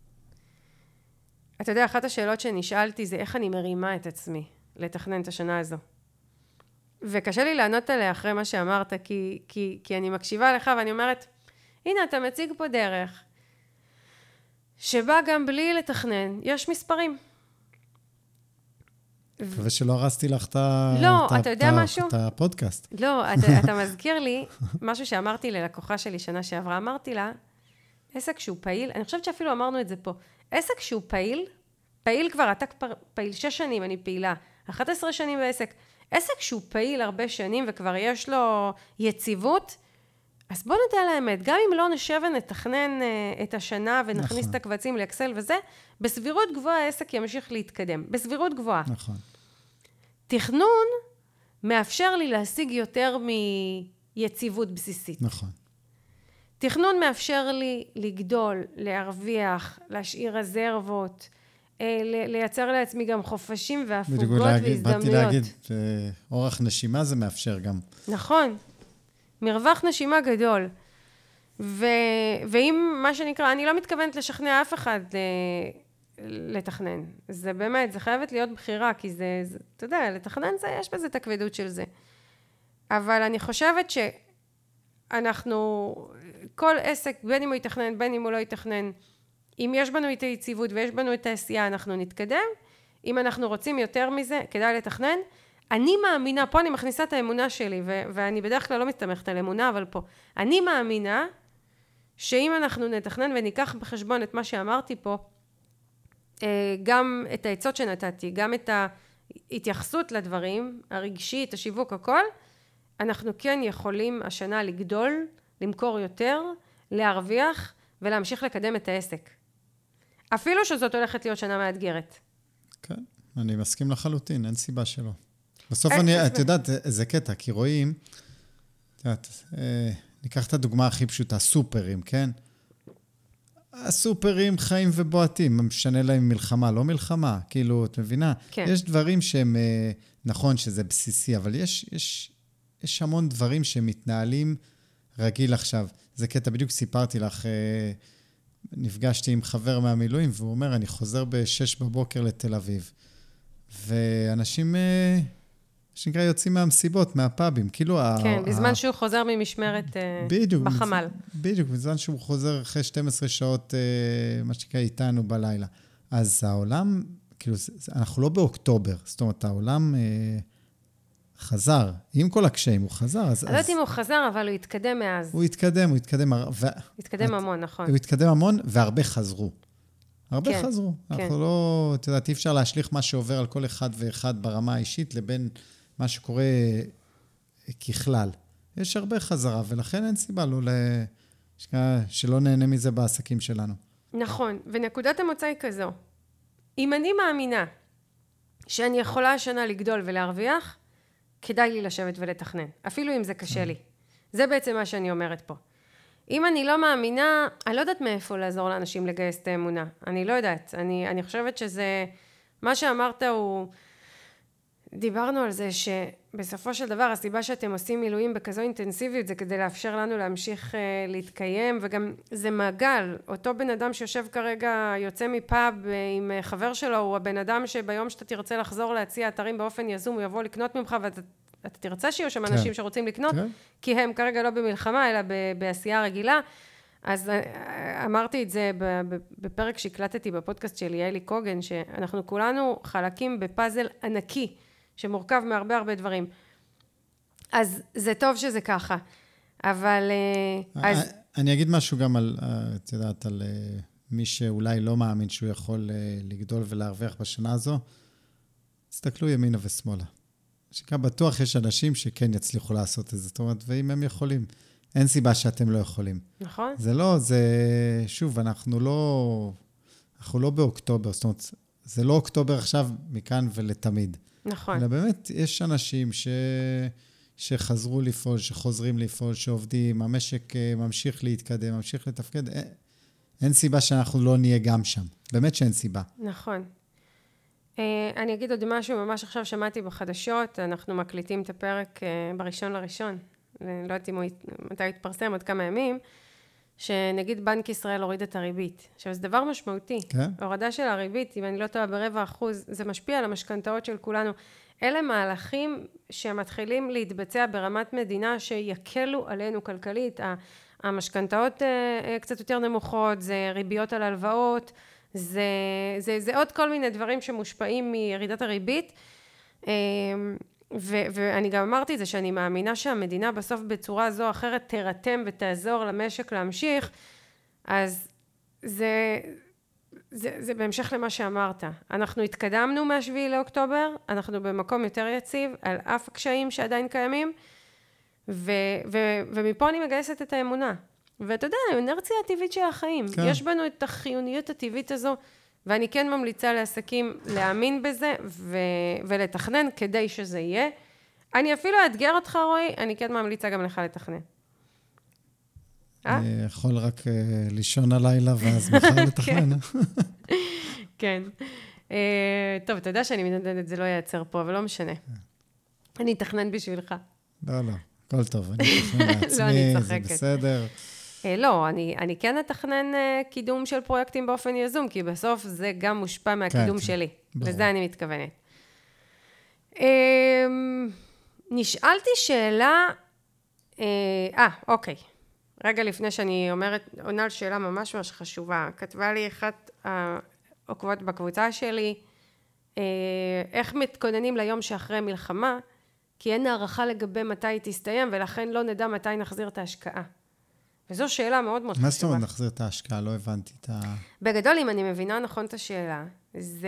אתה יודע, אחת השאלות שנשאלתי זה איך אני מרימה את עצמי לתכנן את השנה הזו. וקשה לי לענות עליה אחרי מה שאמרת, כי אני מקשיבה לך ואני אומרת, הנה, אתה מציג פה דרך, שבה גם בלי לתכנן, יש מספרים. ושלא הרסתי לך את הפודקאסט. לא, אתה מזכיר לי משהו שאמרתי ללקוחה שלי שנה שעברה, אמרתי לה, עסק שהוא פעיל, אני חושבת שאפילו אמרנו את זה פה, עסק שהוא פעיל כבר, אתה פעיל 6 שנים, אני פעילה, 11 שנים בעסק, עסק שהוא פעיל הרבה שנים וכבר יש לו יציבות, אז בוא נדע על האמת, גם אם לא נשב ונתכנן את השנה ונכניס את הקבצים לאקסל וזה, בסבירות גבוהה העסק ימשיך להתקדם, בסבירות גבוהה. נכון. תכנון מאפשר לי להשיג יותר מיציבות בסיסית. נכון. תכנון מאפשר לי לגדול, להרוויח, להשאיר רזרבות, לייצר לעצמי גם חופשים והפוגות והזדמנויות. באתי להגיד, אורך נשימה זה מאפשר גם. נכון. מרווח נשימה גדול. ואם מה שנקרא, אני לא מתכוונת לשכנע אף אחד לתכנן. זה באמת, זה חייבת להיות בחירה, כי זה, אתה יודע, לתכנן זה, יש בזה את הכבדות של זה. אבל אני חושבת שאנחנו, כל עסק, בין אם הוא יתכנן, בין אם הוא לא יתכנן, אם יש בנו את היציבות ויש בנו את העשייה, אנחנו נתקדם. אם אנחנו רוצים יותר מזה, כדאי לתכנן. אני מאמינה, פה אני מכניסה את האמונה שלי, ואני בדרך כלל לא מסתמכת על אמונה, אבל פה, אני מאמינה שאם אנחנו נתכנן וניקח בחשבון את מה שאמרתי פה, גם את העצות שנתתי, גם את ההתייחסות לדברים, הרגשית, השיווק, הכל, אנחנו כן יכולים השנה לגדול, למכור יותר, להרוויח ולהמשיך לקדם את העסק. אפילו שזאת הולכת להיות שנה מאתגרת. כן, אני מסכים לחלוטין, אין סיבה שלא. בסוף את יודעת, זה קטע, כי רואים, את יודעת, ניקח את הדוגמה הכי פשוטה, סופרים, כן? הסופרים חיים ובועטים, משנה להם מלחמה, לא מלחמה, כאילו, את מבינה? כן. יש דברים שהם, נכון שזה בסיסי, אבל יש המון דברים שמתנהלים רגיל עכשיו. זה קטע, בדיוק סיפרתי לך, נפגשתי עם חבר מהמילואים, והוא אומר, אני חוזר ב-6 בבוקר לתל אביב, ואנשים שנקרא יוצאים מהמסיבות, מהפאבים, כאילו... כן, בזמן שהוא חוזר ממשמרת בחמל. בדיוק, בזמן שהוא חוזר אחרי 12 שעות, מה שנקרא איתנו בלילה. אז העולם, כאילו, אנחנו לא באוקטובר, זאת אומרת, העולם חזר, עם כל הקשיים, הוא חזר. אני לא יודעת אם הוא חזר, אבל הוא התקדם מאז. הוא התקדם. התקדם המון, נכון. הוא התקדם המון, והרבה חזרו. הרבה כן, חזרו. כן. אנחנו לא, את יודעת, אי אפשר להשליך מה שעובר על כל אחד ואחד ברמה האישית, לבין מה שקורה ככלל. יש הרבה חזרה, ולכן אין סיבה שלא נהנה מזה בעסקים שלנו. נכון, ונקודת המוצא היא כזו. אם אני מאמינה שאני יכולה השנה לגדול ולהרוויח, כדאי לי לשבת ולתכנן, אפילו אם זה קשה לי. זה בעצם מה שאני אומרת פה. אם אני לא מאמינה, אני לא יודעת מאיפה לעזור לאנשים לגייס את האמונה. אני לא יודעת. אני חושבת שזה, מה שאמרת הוא, דיברנו על זה שבסופו של דבר, הסיבה שאתם עושים מילואים בכזו אינטנסיביות, זה כדי לאפשר לנו להמשיך להתקיים, וגם זה מעגל. אותו בן אדם שיושב כרגע, יוצא מפאב עם חבר שלו, הוא הבן אדם שביום שאתה תרצה לחזור להציע אתרים באופן יזום, הוא יבוא לקנות ממך, ואתה תרצה שיהיו שם אנשים שרוצים לקנות, כי הם כרגע לא במלחמה, אלא בעשייה רגילה. אז אמרתי את זה בפרק שהקלטתי בפודקאסט של יעלי קוגן, שאנחנו כולנו חלקים בפאזל ענקי, שמורכב מהרבה הרבה דברים. אז זה טוב שזה ככה. אבל... אני אגיד משהו גם על, את יודעת, על מי שאולי לא מאמין שהוא יכול לגדול ולהרוויח בשנה הזו. תסתכלו ימינה ושמאלה. שכאן בטוח יש אנשים שכן יצליחו לעשות את זה. זאת אומרת, ואם הם יכולים, אין סיבה שאתם לא יכולים. נכון. זה לא, שוב, אנחנו לא באוקטובר, זאת אומרת, זה לא אוקטובר עכשיו מכאן ולתמיד. נכון. אלא באמת יש אנשים שחזרו לפעול, שחוזרים לפעול, שעובדים, המשק ממשיך להתקדם, ממשיך לתפקד. אין סיבה שאנחנו לא נהיה גם שם. באמת שאין סיבה. נכון. אני אגיד עוד משהו, ממש עכשיו שמעתי בחדשות, אנחנו מקליטים את הפרק בראשון לראשון, לא יודעת מתי יתפרסם, עוד כמה ימים, שנגיד בנק ישראל הוריד את הריבית. עכשיו, זה דבר משמעותי. כן. הורדה של הריבית, אם אני לא טועה ב0.25%, זה משפיע על המשכנתאות של כולנו. אלה מהלכים שמתחילים להתבצע ברמת מדינה שיקלו עלינו כלכלית. המשכנתאות קצת יותר נמוכות, זה ריביות על הלוואות, זה עוד כל מיני דברים שמושפעים מירידת הריבית. ואני גם אמרתי את זה, שאני מאמינה שהמדינה בסוף בצורה זו או אחרת תרתם ותעזור למשק להמשיך, אז זה בהמשך למה שאמרת. אנחנו התקדמנו מה-7 לאוקטובר, אנחנו במקום יותר יציב, על אף הקשיים שעדיין קיימים, ומפה אני מגייסת את האמונה. ואתה יודע, האנרציה הטבעית של החיים. כן. יש בנו את החיוניות הטבעית הזו, ואני כן ממליצה לעסקים להאמין בזה ולתכנן כדי שזה יהיה. אני אפילו אתגר אותך, רועי, אני כן ממליצה גם לך לתכנן. אני יכול רק לישון הלילה ואז מחר לתכנן. כן. טוב, אתה יודע שאני מתנדנת, זה לא ייעצר פה, אבל לא משנה. אני אתכנן בשבילך. לא, הכל טוב, אני אתכנן לעצמי, זה בסדר. לא, אני כן אתכנן קידום של פרויקטים באופן יזום, כי בסוף זה גם מושפע מהקידום שלי. לזה אני מתכוונת. נשאלתי שאלה, אוקיי. רגע לפני שאני עונה על שאלה ממש ממש חשובה. כתבה לי אחת העוקבות בקבוצה שלי, איך מתכוננים ליום שאחרי מלחמה, כי אין הערכה לגבי מתי היא תסתיים, ולכן לא נדע מתי נחזיר את ההשקעה. וזו שאלה מאוד מאוד חשובה. מה זאת אומרת נחזיר את ההשקעה? לא הבנתי את בגדול, אם אני מבינה נכון את השאלה, זה...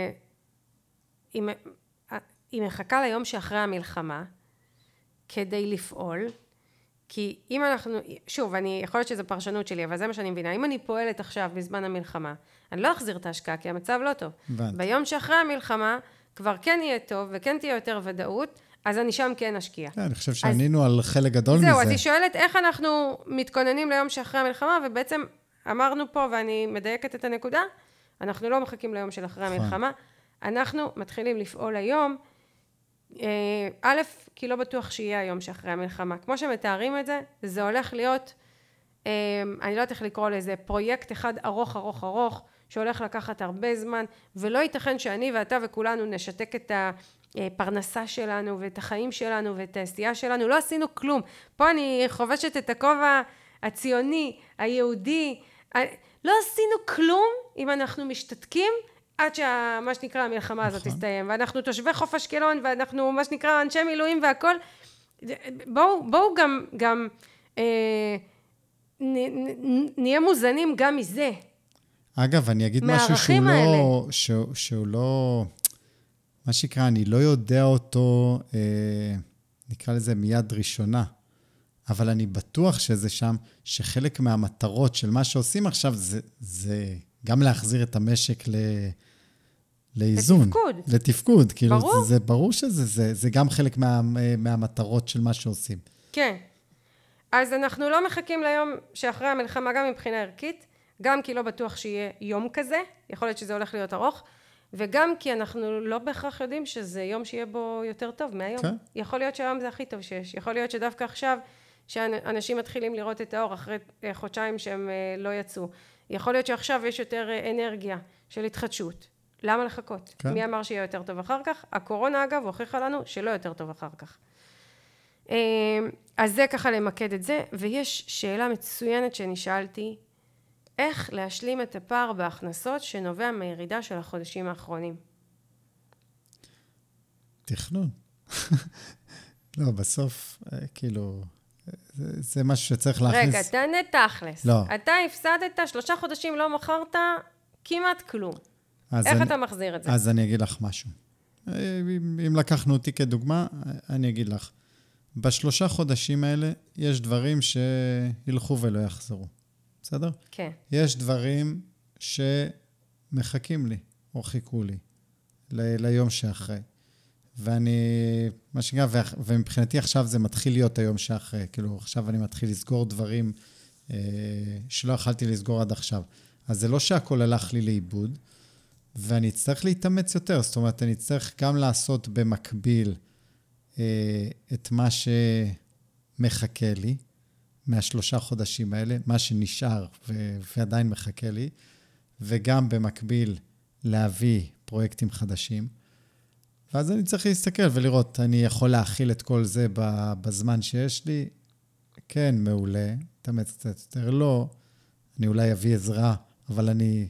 היא מחכה ליום שאחרי המלחמה, כדי לפעול, כי אם אנחנו... שוב, יכול להיות שזו פרשנות שלי, אבל זה מה שאני מבינה. אם אני פועלת עכשיו בזמן המלחמה, אני לא אחזיר את ההשקעה, כי המצב לא טוב. ביום שאחרי המלחמה, כבר כן יהיה טוב, וכן תהיה יותר ודאות, אז אני שם כן אשקיע. אני חושב שענינו על חלק גדול מזה. זהו, אז היא שואלת איך אנחנו מתכוננים ליום שאחרי המלחמה, ובעצם אמרנו פה, ואני מדייקת את הנקודה, אנחנו לא מחכים ליום של אחרי המלחמה, אנחנו מתחילים לפעול היום, א', כי לא בטוח שיהיה היום שאחרי המלחמה. כמו שמתארים את זה, זה הולך להיות, אני לא יודעת איך לקרוא לזה, פרויקט אחד ארוך, שהולך לקחת הרבה זמן, ולא ייתכן שאני ואתה וכולנו נשתק את הפרנסה שלנו, ואת החיים שלנו, ואת העשייה שלנו. לא עשינו כלום. פה אני חובשת את הכובע הציוני, היהודי. לא עשינו כלום אם אנחנו משתתקים, עד שמה שנקרא המלחמה הזאת תסתיים. ואנחנו תושבי חוף אשקלון, ואנחנו מה שנקרא אנשי מילואים והכל. בואו גם נהיה מוזנים גם מזה. אגב, אני אגיד משהו שהוא לא, מה שקרה, אני לא יודע אותו, נקרא לזה מיד ראשונה, אבל אני בטוח שזה שם, שחלק מהמטרות של מה שעושים עכשיו, זה גם להחזיר את המשק לאיזון. לתפקוד. כאילו, ברור. זה ברור שזה גם חלק מהמטרות של מה שעושים. כן. אז אנחנו לא מחכים ליום שאחרי המלחמה, גם מבחינה ערכית, גם כי לא בטוח שיהיה יום כזה, יכול להיות שזה הולך להיות ארוך, וגם כי אנחנו לא בהכרח יודעים שזה יום שיהיה בו יותר טוב מהיום. כן. יכול להיות שהיום זה הכי טוב שיש. יכול להיות שדווקא עכשיו, שאנשים מתחילים לראות את האור אחרי חודשיים שהם לא יצאו. יכול להיות שעכשיו יש יותר אנרגיה של התחדשות. למה לחכות? כן. מי אמר שיהיה יותר טוב אחר כך? הקורונה אגב הוכיחה לנו שלא יותר טוב אחר כך. אז זה ככה למקד את זה, ויש שאלה מצוינת שנשאלתי, איך להשלים את הפער בהכנסות שנובע מהירידה של החודשים האחרונים? תכנון. לא, בסוף, כאילו, זה משהו שצריך להכניס. רגע, תענה תכלס. לא. אתה הפסדת, 3 חודשים לא מכרת כמעט כלום. איך אתה מחזיר את זה? אז אני אגיד לך משהו. אם לקחנו אותי כדוגמה, אני אגיד לך. ב3 חודשים האלה יש דברים שילכו ולא יחזרו. בסדר? כן. יש דברים שמחכים לי, או חיכו לי, ליום שאחרי. ומבחינתי עכשיו זה מתחיל להיות היום שאחרי. כאילו, עכשיו אני מתחיל לסגור דברים שלא יכלתי לסגור עד עכשיו. אז זה לא שהכל הלך לי לאיבוד, ואני אצטרך להתאמץ יותר. זאת אומרת, אני אצטרך גם לעשות במקביל את מה שמחכה לי, מה3 חודשים האלה, מה שנשאר ועדיין מחכה לי, וגם במקביל להביא פרויקטים חדשים. ואז אני צריך להסתכל ולראות, אני יכול להכיל את כל זה בזמן שיש לי? כן, מעולה. תאמץ קצת יותר לא. אני אולי אביא עזרה, אבל אני,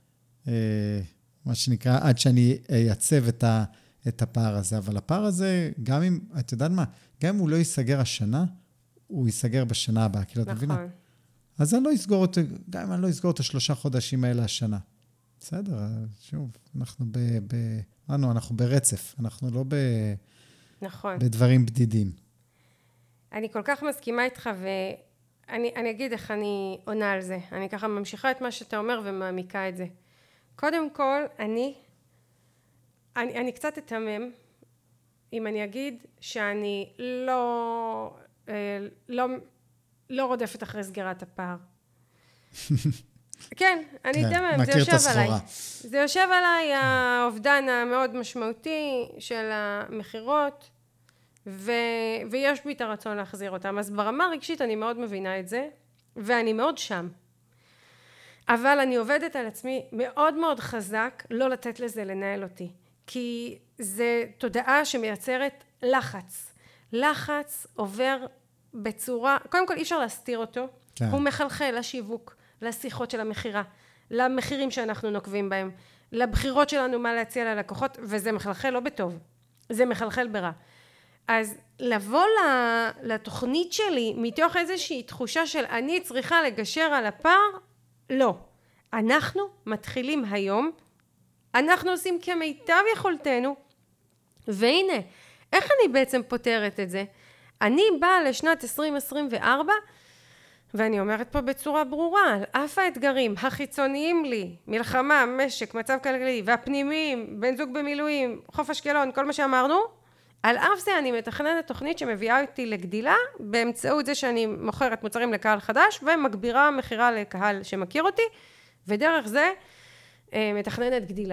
מה שנקרא, עד שאני אייצב את הפער הזה. אבל הפער הזה, גם אם, את יודעת מה, גם אם הוא לא ייסגר השנה, הוא ייסגר בשנה הבאה, כאילו, את מבינה? אז אני לא אסגור אותו, גם אם אני לא אסגור את 3 חודשים האלה השנה. בסדר, שוב, אנחנו ברצף, אנחנו לא נכון. בדברים בדידים. אני כל כך מסכימה איתך, ואני אגיד איך אני עונה על זה. אני ככה ממשיכה את מה שאתה אומר ומעמיקה את זה. קודם כל, אני קצת אתמם, אם אני אגיד שאני לא רודפת אחרי סגירת הפער. כן, אני אתמם, זה יושב עליי. זה יושב עליי האובדן המאוד משמעותי של המחירות, ויש בי את הרצון להחזיר אותם. אז ברמה הרגשית אני מאוד מבינה את זה, ואני מאוד שם. אבל אני עובדת על עצמי מאוד מאוד חזק לא לתת לזה לנהל אותי. כי זה תודעה שמייצרת לחץ. לחץ עובר בצורה, קודם כל אי אפשר להסתיר אותו. כן. הוא מחלחל לשיווק, לשיחות של המחירה, למחירים שאנחנו נוקבים בהם, לבחירות שלנו מה להציע ללקוחות, וזה מחלחל לא בטוב, זה מחלחל ברע. אז לבוא לתוכנית שלי מתוך איזושהי תחושה של אני צריכה לגשר על הפער, לא. אנחנו מתחילים היום, אנחנו עושים כמיטב יכולתנו, והנה, איך אני בעצם פותרת את זה? אני באה לשנת 2024, ואני אומרת פה בצורה ברורה, על אף האתגרים החיצוניים לי, מלחמה, משק, מצב כלכלי, והפנימיים, בן זוג במילואים, חוף אשקלון, כל מה שאמרנו, על אף זה אני מתכננת תוכנית שמביאה אותי לגדילה, באמצעות זה שאני מוכרת מוצרים לקהל חדש, ומגבירה מחירה לקהל שמכיר אותי, ודרך זה מתכננת גדילה.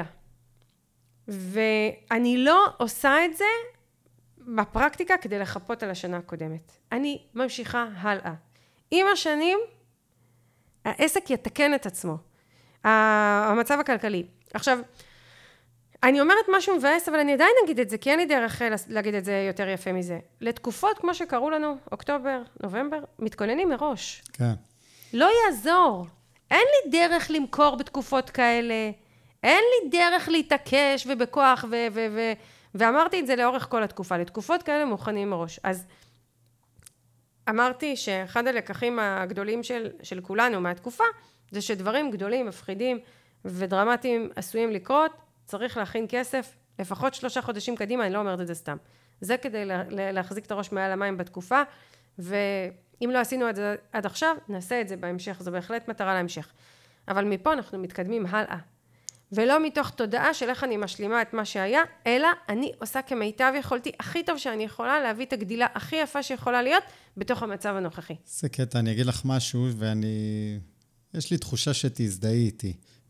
ואני לא עושה את זה בפרקטיקה כדי לחפות על השנה הקודמת. אני ממשיכה הלאה. עם השנים, העסק יתקן את עצמו. המצב הכלכלי. עכשיו, אני אומרת משהו מבאס, אבל אני עדיין אגיד את זה, כי אין לי דרך להגיד את זה יותר יפה מזה. לתקופות כמו שקראו לנו, אוקטובר, נובמבר, מתכוננים מראש. כן. לא יעזור. אין לי דרך למכור בתקופות כאלה. אין לי דרך להתעקש ובכוח ואמרתי את זה לאורך כל התקופה. לתקופות כאלה מוכנים מראש. אז אמרתי שאחד הלקחים הגדולים של כולנו מהתקופה, זה שדברים גדולים, מפחידים ודרמטיים עשויים לקרות, צריך להכין כסף, לפחות 3 חודשים קדימה, אני לא אומרת את זה סתם. זה כדי להחזיק את הראש מעל המים בתקופה, ואם לא עשינו את זה עד עכשיו, נעשה את זה בהמשך, זו בהחלט מטרה להמשך. אבל מפה אנחנו מתקדמים הלאה. ולא מתוך תודעה של איך אני משלימה את מה שהיה, אלא אני עושה כמיטב יכולתי, הכי טוב שאני יכולה להביא את הגדילה הכי יפה שיכולה להיות, בתוך המצב הנוכחי. זה קטע, אני אגיד לך משהו, יש לי תחושה שתזדהי איתי,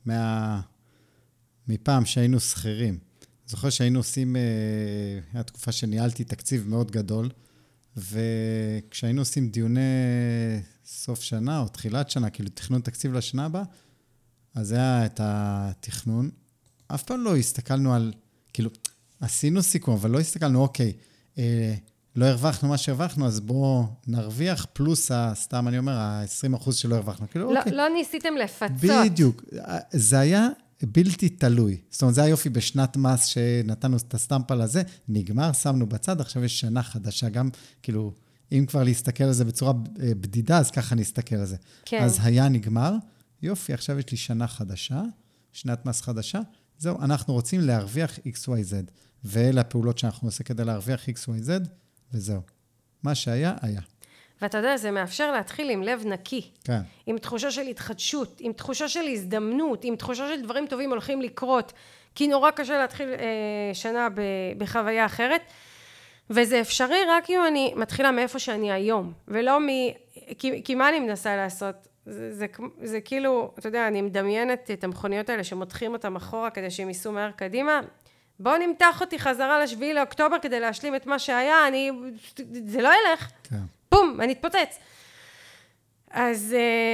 מפעם שהיינו שכירים. זוכר שהיינו עושים, התקופה שניהלתי תקציב מאוד גדול, וכשהיינו עושים דיוני סוף שנה או תחילת שנה, כאילו תכנון תקציב לשנה הבאה, אז היה את התכנון. אף פעם לא הסתכלנו על, כאילו, עשינו סיכום, אבל לא הסתכלנו, אוקיי, לא הרווחנו מה שהרווחנו, אז בואו נרוויח, פלוס, סתם אני אומר, ה-20% שלא הרווחנו. כאילו, לא, אוקיי. לא ניסיתם לפצות. בדיוק. זה היה בלתי תלוי. זאת אומרת, זה היופי בשנת מס שנתנו את הסטמפה לזה, נגמר, שמנו בצד, עכשיו יש שנה חדשה, גם, כאילו, אם כבר להסתכל על זה בצורה בדידה, אז ככה נסתכל על זה. כן. אז היה נגמר, יופי, עכשיו יש לי שנה חדשה, שנת מס חדשה, זהו, אנחנו רוצים להרוויח XYZ, ואלה הפעולות שאנחנו עושים כדי להרוויח XYZ, וזהו. מה שהיה, היה. ואתה יודע, זה מאפשר להתחיל עם לב נקי. כן. עם תחושה של התחדשות, עם תחושה של הזדמנות, עם תחושה של דברים טובים הולכים לקרות, כי נורא קשה להתחיל שנה בחוויה אחרת, וזה אפשרי רק אם אני מתחילה מאיפה שאני היום, ולא כי מה אני מנסה לעשות? זה כאילו, אתה יודע, אני מדמיינת את המכוניות האלה שמותחים אותם אחורה כדי שהם ייסעו מהר קדימה, בואו נמתח אותי חזרה ל7 לאוקטובר כדי להשלים את מה שהיה, זה לא ילך. כן. בום, אני אתפוצץ. אז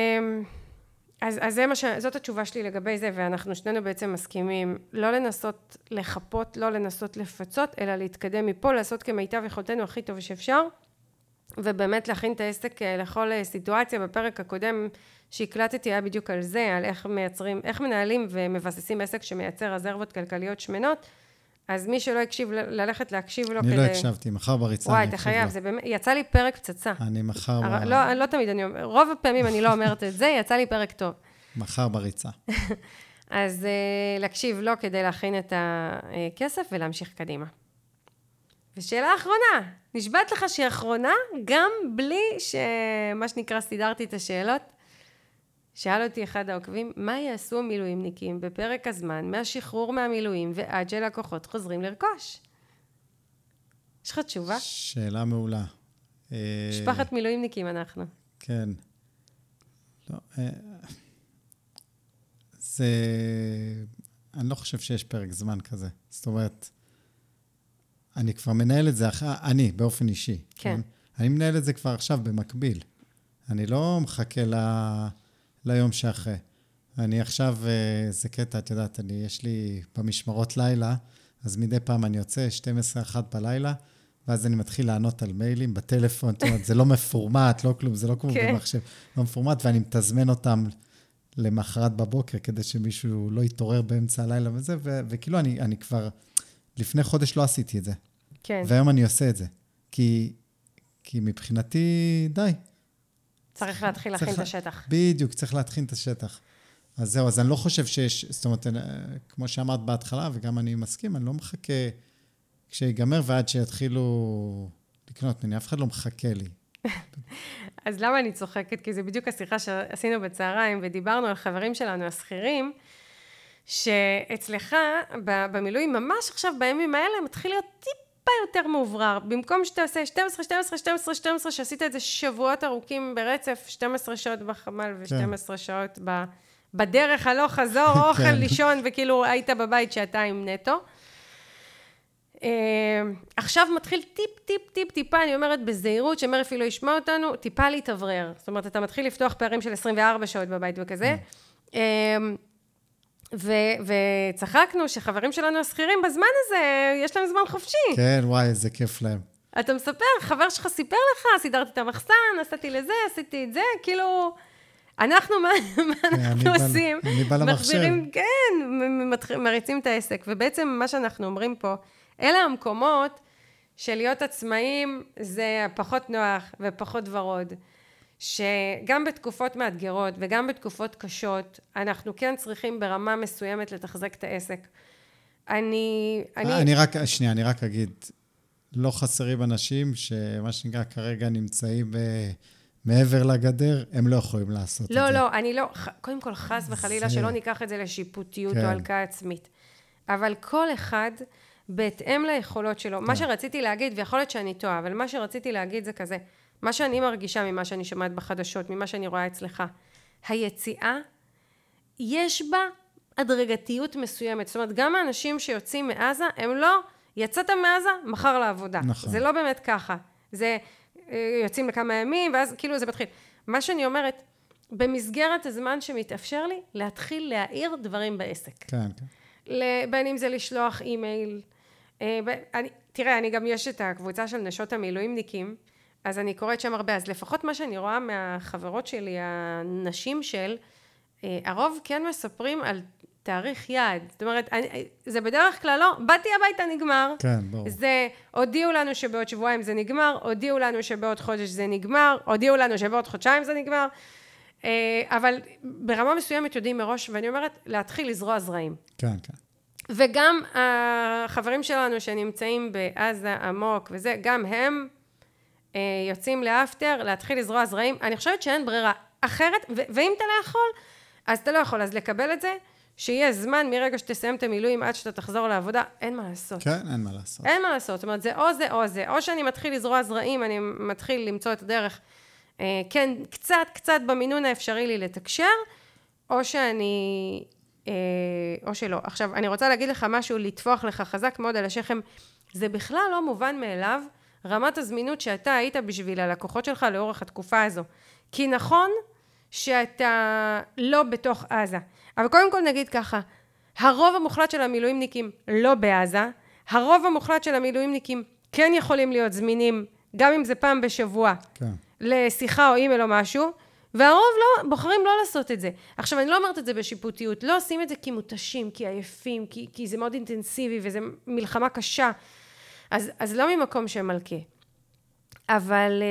זאת התשובה שלי לגבי זה, ואנחנו שנינו בעצם מסכימים, לא לנסות לחפות, לא לנסות לפצות, אלא להתקדם מפה, לעשות כמיטב יכולתנו הכי טוב שאפשר, ובאמת להכין את העסק לכל סיטואציה. בפרק הקודם שהקלטתי היה בדיוק על זה, על איך מנהלים ומבססים עסק שמייצר רזרבות כלכליות שמנות, אז מי שלא הקשיב, ללכת להקשיב לו אני לא הקשבתי, מחר בריצה וואי, אתה חייב, זה באמת, יצא לי פרק פצצה. אני מחר... לא תמיד, רוב הפעמים אני לא אומרת את זה, יצא לי פרק טוב. מחר בריצה. אז להקשיב לו כדי להכין את הכסף ולהמשיך קדימה. ושאלה אחרונה, נשבעת לך שהיא אחרונה, גם בלי שמה שנקרא סידרתי את השאלות, שאל אותי אחד העוקבים, מה יעשו המילואימניקים בפרק הזמן מהשחרור מהמילואים ועד שלקוחות חוזרים לרכוש? יש לך תשובה? שאלה מעולה. משפחת מילואימניקים אנחנו. כן. לא, אני לא חושב שיש פרק זמן כזה. זאת אומרת, אני כבר מנהל את זה, אני באופן אישי. כן. אני מנהל את זה כבר עכשיו במקביל. אני לא מחכה ליום שאחרי. אני עכשיו, זה קטע, את יודעת, יש לי במשמרות לילה, אז מדי פעם אני יוצא 12-1 בלילה, ואז אני מתחיל לענות על מיילים בטלפון, זאת אומרת, זה לא מפורמט, לא כלום, זה לא כמו במחשב, לא מפורמט, ואני מתזמן אותם למחרת בבוקר, כדי שמישהו לא יתעורר באמצע הלילה וזה, וכאילו אני כבר, לפני חודש לא עשיתי את זה. כן. והיום אני עושה את זה. כי מבחינתי, די. צריך להתחיל להכין את השטח. בדיוק, צריך להתחיל את השטח. אז זהו, אז אני לא חושב שיש, זאת אומרת, כמו שאמרת בהתחלה, וגם אני מסכים, אני לא מחכה כשיגמר ועד שיתחילו לקנות ממני, אף אחד לא מחכה לי. אז למה אני צוחקת? כי זה בדיוק השיחה שעשינו בצהריים, ודיברנו על חברים שלנו, השכירים, שאצלך, במילואים, ממש עכשיו, בימים האלה, מתחיל להיות טיפה יותר מאוברר. במקום שאתה עושה 12, שעשית את זה שבועות ארוכים ברצף, 12 שעות בחמ"ל ו12 שעות בדרך הלוך חזור, אוכל, לישון, וכאילו היית בבית שעתיים נטו. עכשיו מתחיל טיפה, אני אומרת בזהירות, שמר אפילו ישמע אותנו, טיפה להתאוורר. זאת אומרת, אתה מתחיל לפתוח פערים של 24 שעות בבית וכזה. וצחקנו שחברים שלנו השכירים בזמן הזה, יש להם זמן חופשי. כן, וואי, איזה כיף להם. אתה מספר, חבר שלך סיפר לך, סידרתי את המחסן, עשיתי לזה, עשיתי את זה, כאילו, אנחנו, מה אנחנו עושים? אני בא למחשב. כן, מריצים את העסק, ובעצם מה שאנחנו אומרים פה, אלה המקומות שלהיות עצמאים זה פחות נוח ופחות ורוד. שגם בתקופות מאתגרות וגם בתקופות קשות, אנחנו כן צריכים ברמה מסוימת לתחזק את העסק. אני רק אגיד, לא חסרים אנשים שמה שנקרא כרגע נמצאים מעבר לגדר, הם לא יכולים לעשות את זה. לא, אני לא, קודם כל חס וחלילה שלא ניקח את זה לשיפוטיות או הלקאה עצמית. אבל כל אחד בהתאם ליכולות שלו, מה שרציתי להגיד, ויכול להיות שאני טועה, אבל מה שרציתי להגיד זה כזה, מה שאני מרגישה ממה שאני שומעת בחדשות, ממה שאני רואה אצלך, היציאה, יש בה הדרגתיות מסוימת. זאת אומרת, גם האנשים שיוצאים מעזה, הם לא, יצאת מעזה, מחר לעבודה. נכון. זה לא באמת ככה. זה יוצאים לכמה ימים, ואז כאילו זה מתחיל. מה שאני אומרת, במסגרת הזמן שמתאפשר לי, להתחיל להעיר דברים בעסק. כן. בין אם זה לשלוח אימייל. תראה, אני גם יש את הקבוצה של נשות המילואימניקים, אז אני קוראת שם הרבה, אז לפחות מה שאני רואה מהחברות שלי, הנשים הרוב כן מספרים על תאריך יעד. זאת אומרת, זה בדרך כלל לא, באתי הביתה נגמר. כן, ברור. זה, הודיעו לנו שבעוד שבועיים זה נגמר, הודיעו לנו שבעוד חודש זה נגמר, הודיעו לנו שבעוד חודשיים זה נגמר, אבל ברמה מסוימת יודעים מראש, ואני אומרת, להתחיל לזרוע זרעים. כן. וגם החברים שלנו שנמצאים בעזה עמוק וזה, גם הם יוצאים לאפטר, להתחיל לזרוע זרעים. אני חושבת שאין ברירה אחרת, ואם אתה לא יכול, אז אתה לא יכול. אז לקבל את זה, שיהיה זמן מרגע שתסיים את המילואים עד שאתה תחזור לעבודה, אין מה לעשות. כן, אין מה לעשות. אין מה לעשות. זאת אומרת, זה או זה או זה. או שאני מתחיל לזרוע זרעים, אני מתחיל למצוא את הדרך, כן, קצת במינון האפשרי לי לתקשר, או שאני, או שלא. עכשיו, אני רוצה להגיד לך משהו, לטפוח לך חזק מאוד על השכם. זה בכלל לא מובן מאליו, רמת הזמינות שאתה היית בשביל הלקוחות שלך לאורך התקופה הזו. כי נכון שאתה לא בתוך עזה. אבל קודם כל נגיד ככה, הרוב המוחלט של המילואימניקים לא בעזה, הרוב המוחלט של המילואימניקים כן יכולים להיות זמינים, גם אם זה פעם בשבוע, כן. לשיחה או אימייל או משהו, והרוב לא, בוחרים לא לעשות את זה. עכשיו, אני לא אומרת את זה בשיפוטיות, לא עושים את זה כי מותשים, כי עייפים, כי זה מאוד אינטנסיבי וזה מלחמה קשה. אז לא ממקום שמלכה. אבל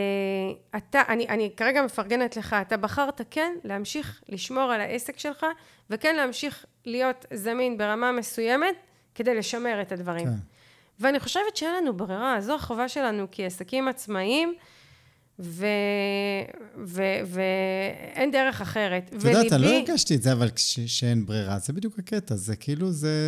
אני כרגע מפרגנת לך, אתה בחרת כן להמשיך לשמור על העסק שלך, וכן להמשיך להיות זמין ברמה מסוימת, כדי לשמר את הדברים. כן. ואני חושבת שאין לנו ברירה, זו החובה שלנו כעסקים עצמאיים, ואין דרך אחרת. אתה יודעת, אני לא הרגשתי את זה, אבל שאין ברירה, זה בדיוק הקטע, זה כאילו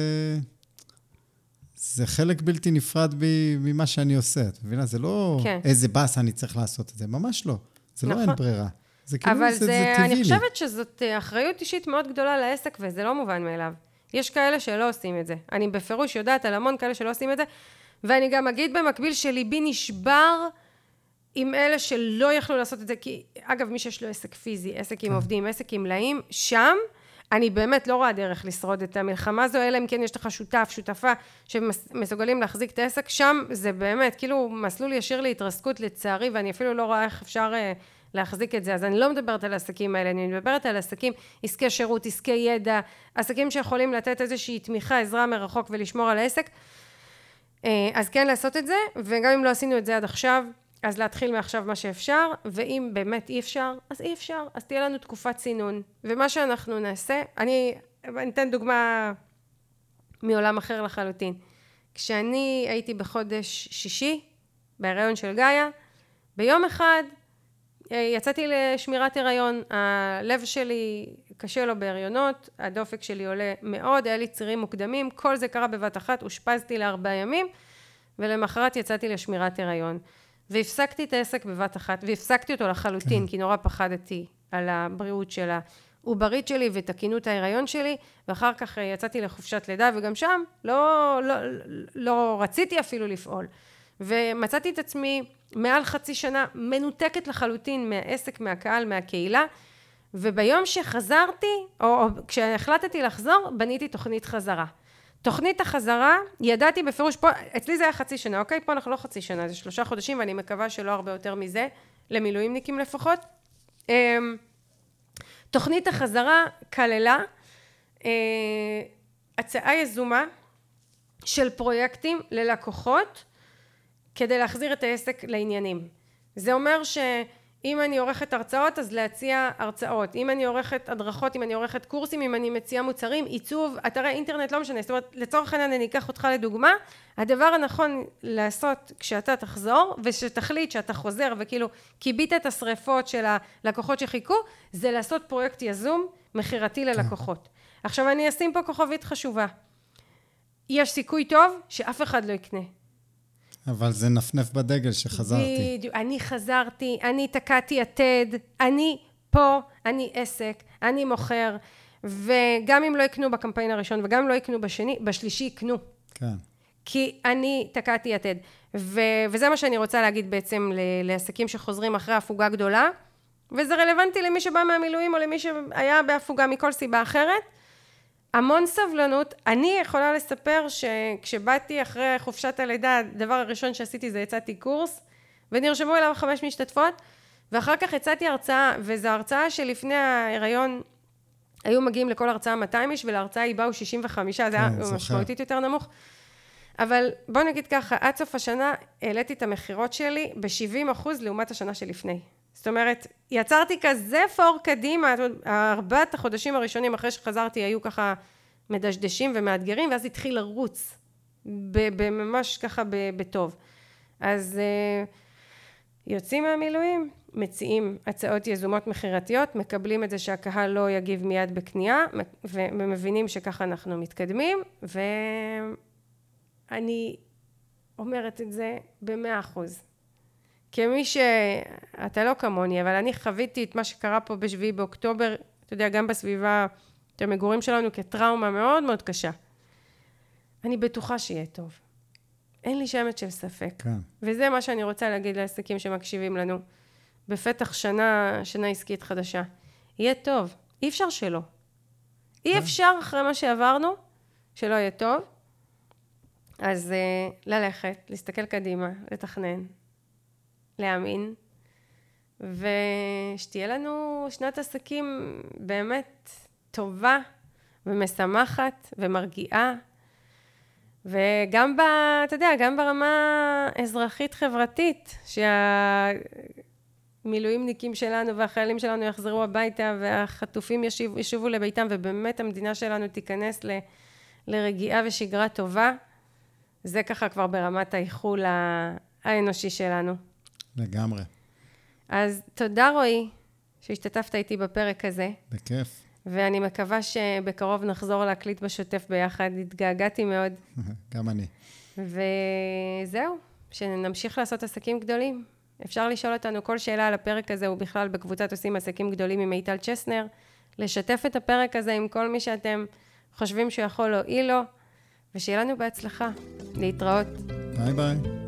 זה חלק בלתי נפרד ממה שאני עושה, את מבינה? זה לא איזה בס אני צריך לעשות את זה, ממש לא. זה לא אין ברירה. זה כאילו, זה טבעי לי. אני חושבת שזאת אחריות אישית מאוד גדולה לעסק, וזה לא מובן מאליו. יש כאלה שלא עושים את זה. אני בפירוש יודעת על המון כאלה שלא עושים את זה, ואני גם אגיד במקביל שליבי נשבר עם אלה שלא יכלו לעשות את זה, כי אגב, מי שיש לו עסק פיזי, עסק עם עובדים, עסק עם מלאים, שם אני באמת לא רואה דרך לשרוד את המלחמה הזו, אלא אם כן יש לך שותפה שמסוגלים להחזיק את העסק, שם זה באמת כאילו מסלול ישיר להתרסקות לצערי, ואני אפילו לא רואה איך אפשר להחזיק את זה. אז אני לא מדברת על העסקים האלה, אני מדברת על עסקים, עסקי שירות, עסקי ידע, עסקים שיכולים לתת איזושהי תמיכה, עזרה מרחוק ולשמור על העסק. אז כן לעשות את זה, וגם אם לא עשינו את זה עד עכשיו, אז להתחיל מעכשיו מה שאפשר, ואם באמת אי אפשר, אז אי אפשר, אז תהיה לנו תקופת צינון. ומה שאנחנו נעשה, אני אתן דוגמה מעולם אחר לחלוטין. כשאני הייתי בחודש שישי, בהיריון של גאיה, ביום אחד יצאתי לשמירת הריון, הלב שלי קשה לו בהריונות, הדופק שלי עולה מאוד, היה לי צירים מוקדמים, כל זה קרה בבת אחת, הושפזתי ל4 ימים, ולמחרת יצאתי לשמירת הריון. והפסקתי את העסק בבת אחת, והפסקתי אותו לחלוטין, כי נורא פחדתי על הבריאות של העוברית שלי ותקינות ההיריון שלי, ואחר כך יצאתי לחופשת לידה, וגם שם לא רציתי אפילו לפעול. ומצאתי את עצמי מעל חצי שנה מנותקת לחלוטין מהעסק, מהקהל, מהקהילה, וביום שחזרתי, או כשהחלטתי לחזור, בניתי תוכנית חזרה. תוכנית החזרה, ידעתי בפירוש, פה, אצלי זה היה חצי שנה, אוקיי? פה אנחנו לא חצי שנה, זה 3 חודשים, ואני מקווה שלא הרבה יותר מזה, למילואימניקים לפחות. תוכנית החזרה כללה הצעה יזומה של פרויקטים ללקוחות, כדי להחזיר את העסק לעניינים. זה אומר שאם אני עורכת הרצאות, אז להציע הרצאות. אם אני עורכת הדרכות, אם אני עורכת קורסים, אם אני מציעה מוצרים, עיצוב, אתרי אינטרנט, לא משנה. זאת אומרת, לצורך העניין אני אקח אותך לדוגמה, הדבר הנכון לעשות כשאתה תחזור, ושתחליט שאתה חוזר, וכאילו קיבית את השריפות של הלקוחות שחיכו, זה לעשות פרויקט יזום, מחירתי ללקוחות. עכשיו אני אשים פה כוכבית חשובה. יש סיכוי טוב שאף אחד לא יקנה. אבל זה נפנף בדגל שחזרתי. בדיוק, אני חזרתי, אני תקעתי יתד, אני פה, אני עסק, אני מוכר, וגם אם לא יקנו בקמפיין הראשון, וגם אם לא יקנו בשלישי יקנו. כן. כי אני תקעתי יתד. וזה מה שאני רוצה להגיד בעצם לעסקים שחוזרים אחרי הפוגה גדולה, וזה רלוונטי למי שבא מהמילואים, או למי שהיה בהפוגה מכל סיבה אחרת. המון סבלנות. אני יכולה לספר שכשבאתי אחרי חופשת הלידה, הדבר הראשון שעשיתי זה יצאתי קורס, ונרשמו אליו 5 משתתפות, ואחר כך יצאתי הרצאה, וזו הרצאה שלפני ההיריון, היו מגיעים לכל הרצאה 200 איש, ולהרצאה היא באו 65, זה היה משמעותית יותר נמוך. אבל בוא נגיד ככה, עד סוף השנה העליתי את המחירות שלי ב-70% לעומת השנה שלפני. זאת אומרת, יצרתי כזה פור קדימה, 4 החודשים הראשונים אחרי שחזרתי היו ככה מדשדשים ומאתגרים, ואז התחיל לרוץ, ממש ככה בטוב. אז יוצאים מהמילואים, מציעים הצעות יזומות מחירתיות, מקבלים את זה שהקהל לא יגיב מיד בקנייה, ומבינים שככה אנחנו מתקדמים, ואני אומרת את זה ב100%. כמי אתה לא כמוני, אבל אני חוויתי את מה שקרה פה ב7 באוקטובר, אתה יודע, גם בסביבה, את המגורים שלנו כטראומה מאוד מאוד קשה. אני בטוחה שיהיה טוב. אין לי שמץ של ספק. כן. וזה מה שאני רוצה להגיד לעסקים שמקשיבים לנו. בפתח שנה עסקית חדשה. יהיה טוב. אי אפשר שלא. אי אפשר אחרי מה שעברנו, שלא יהיה טוב. אז ללכת, להסתכל קדימה, לתכנן. להאמין, ושתהיה לנו שנת עסקים באמת טובה ומשמחת ומרגיעה, וגם אתה יודע, גם ברמה אזרחית חברתית, שהמילואימניקים שלנו והחיילים שלנו יחזרו הביתה, והחטופים ישובו לביתם, ובאמת המדינה שלנו תיכנס לרגיעה ושגרה טובה, זה ככה כבר ברמת האיחול האנושי שלנו. לגמרי. אז תודה רועי שהשתתפת איתי בפרק הזה. בכיף. ואני מקווה שבקרוב נחזור להקליט בשוטף ביחד. התגעגעתי מאוד. גם אני. וזהו, שנמשיך לעשות עסקים גדולים. אפשר לשאול אותנו כל שאלה על הפרק הזה, ובכלל בקבוצת עושים עסקים גדולים עם מיטל צ'סנר. לשתף את הפרק הזה עם כל מי שאתם חושבים שיכול להועיל לו, ושיהיה לנו בהצלחה. להתראות. ביי ביי.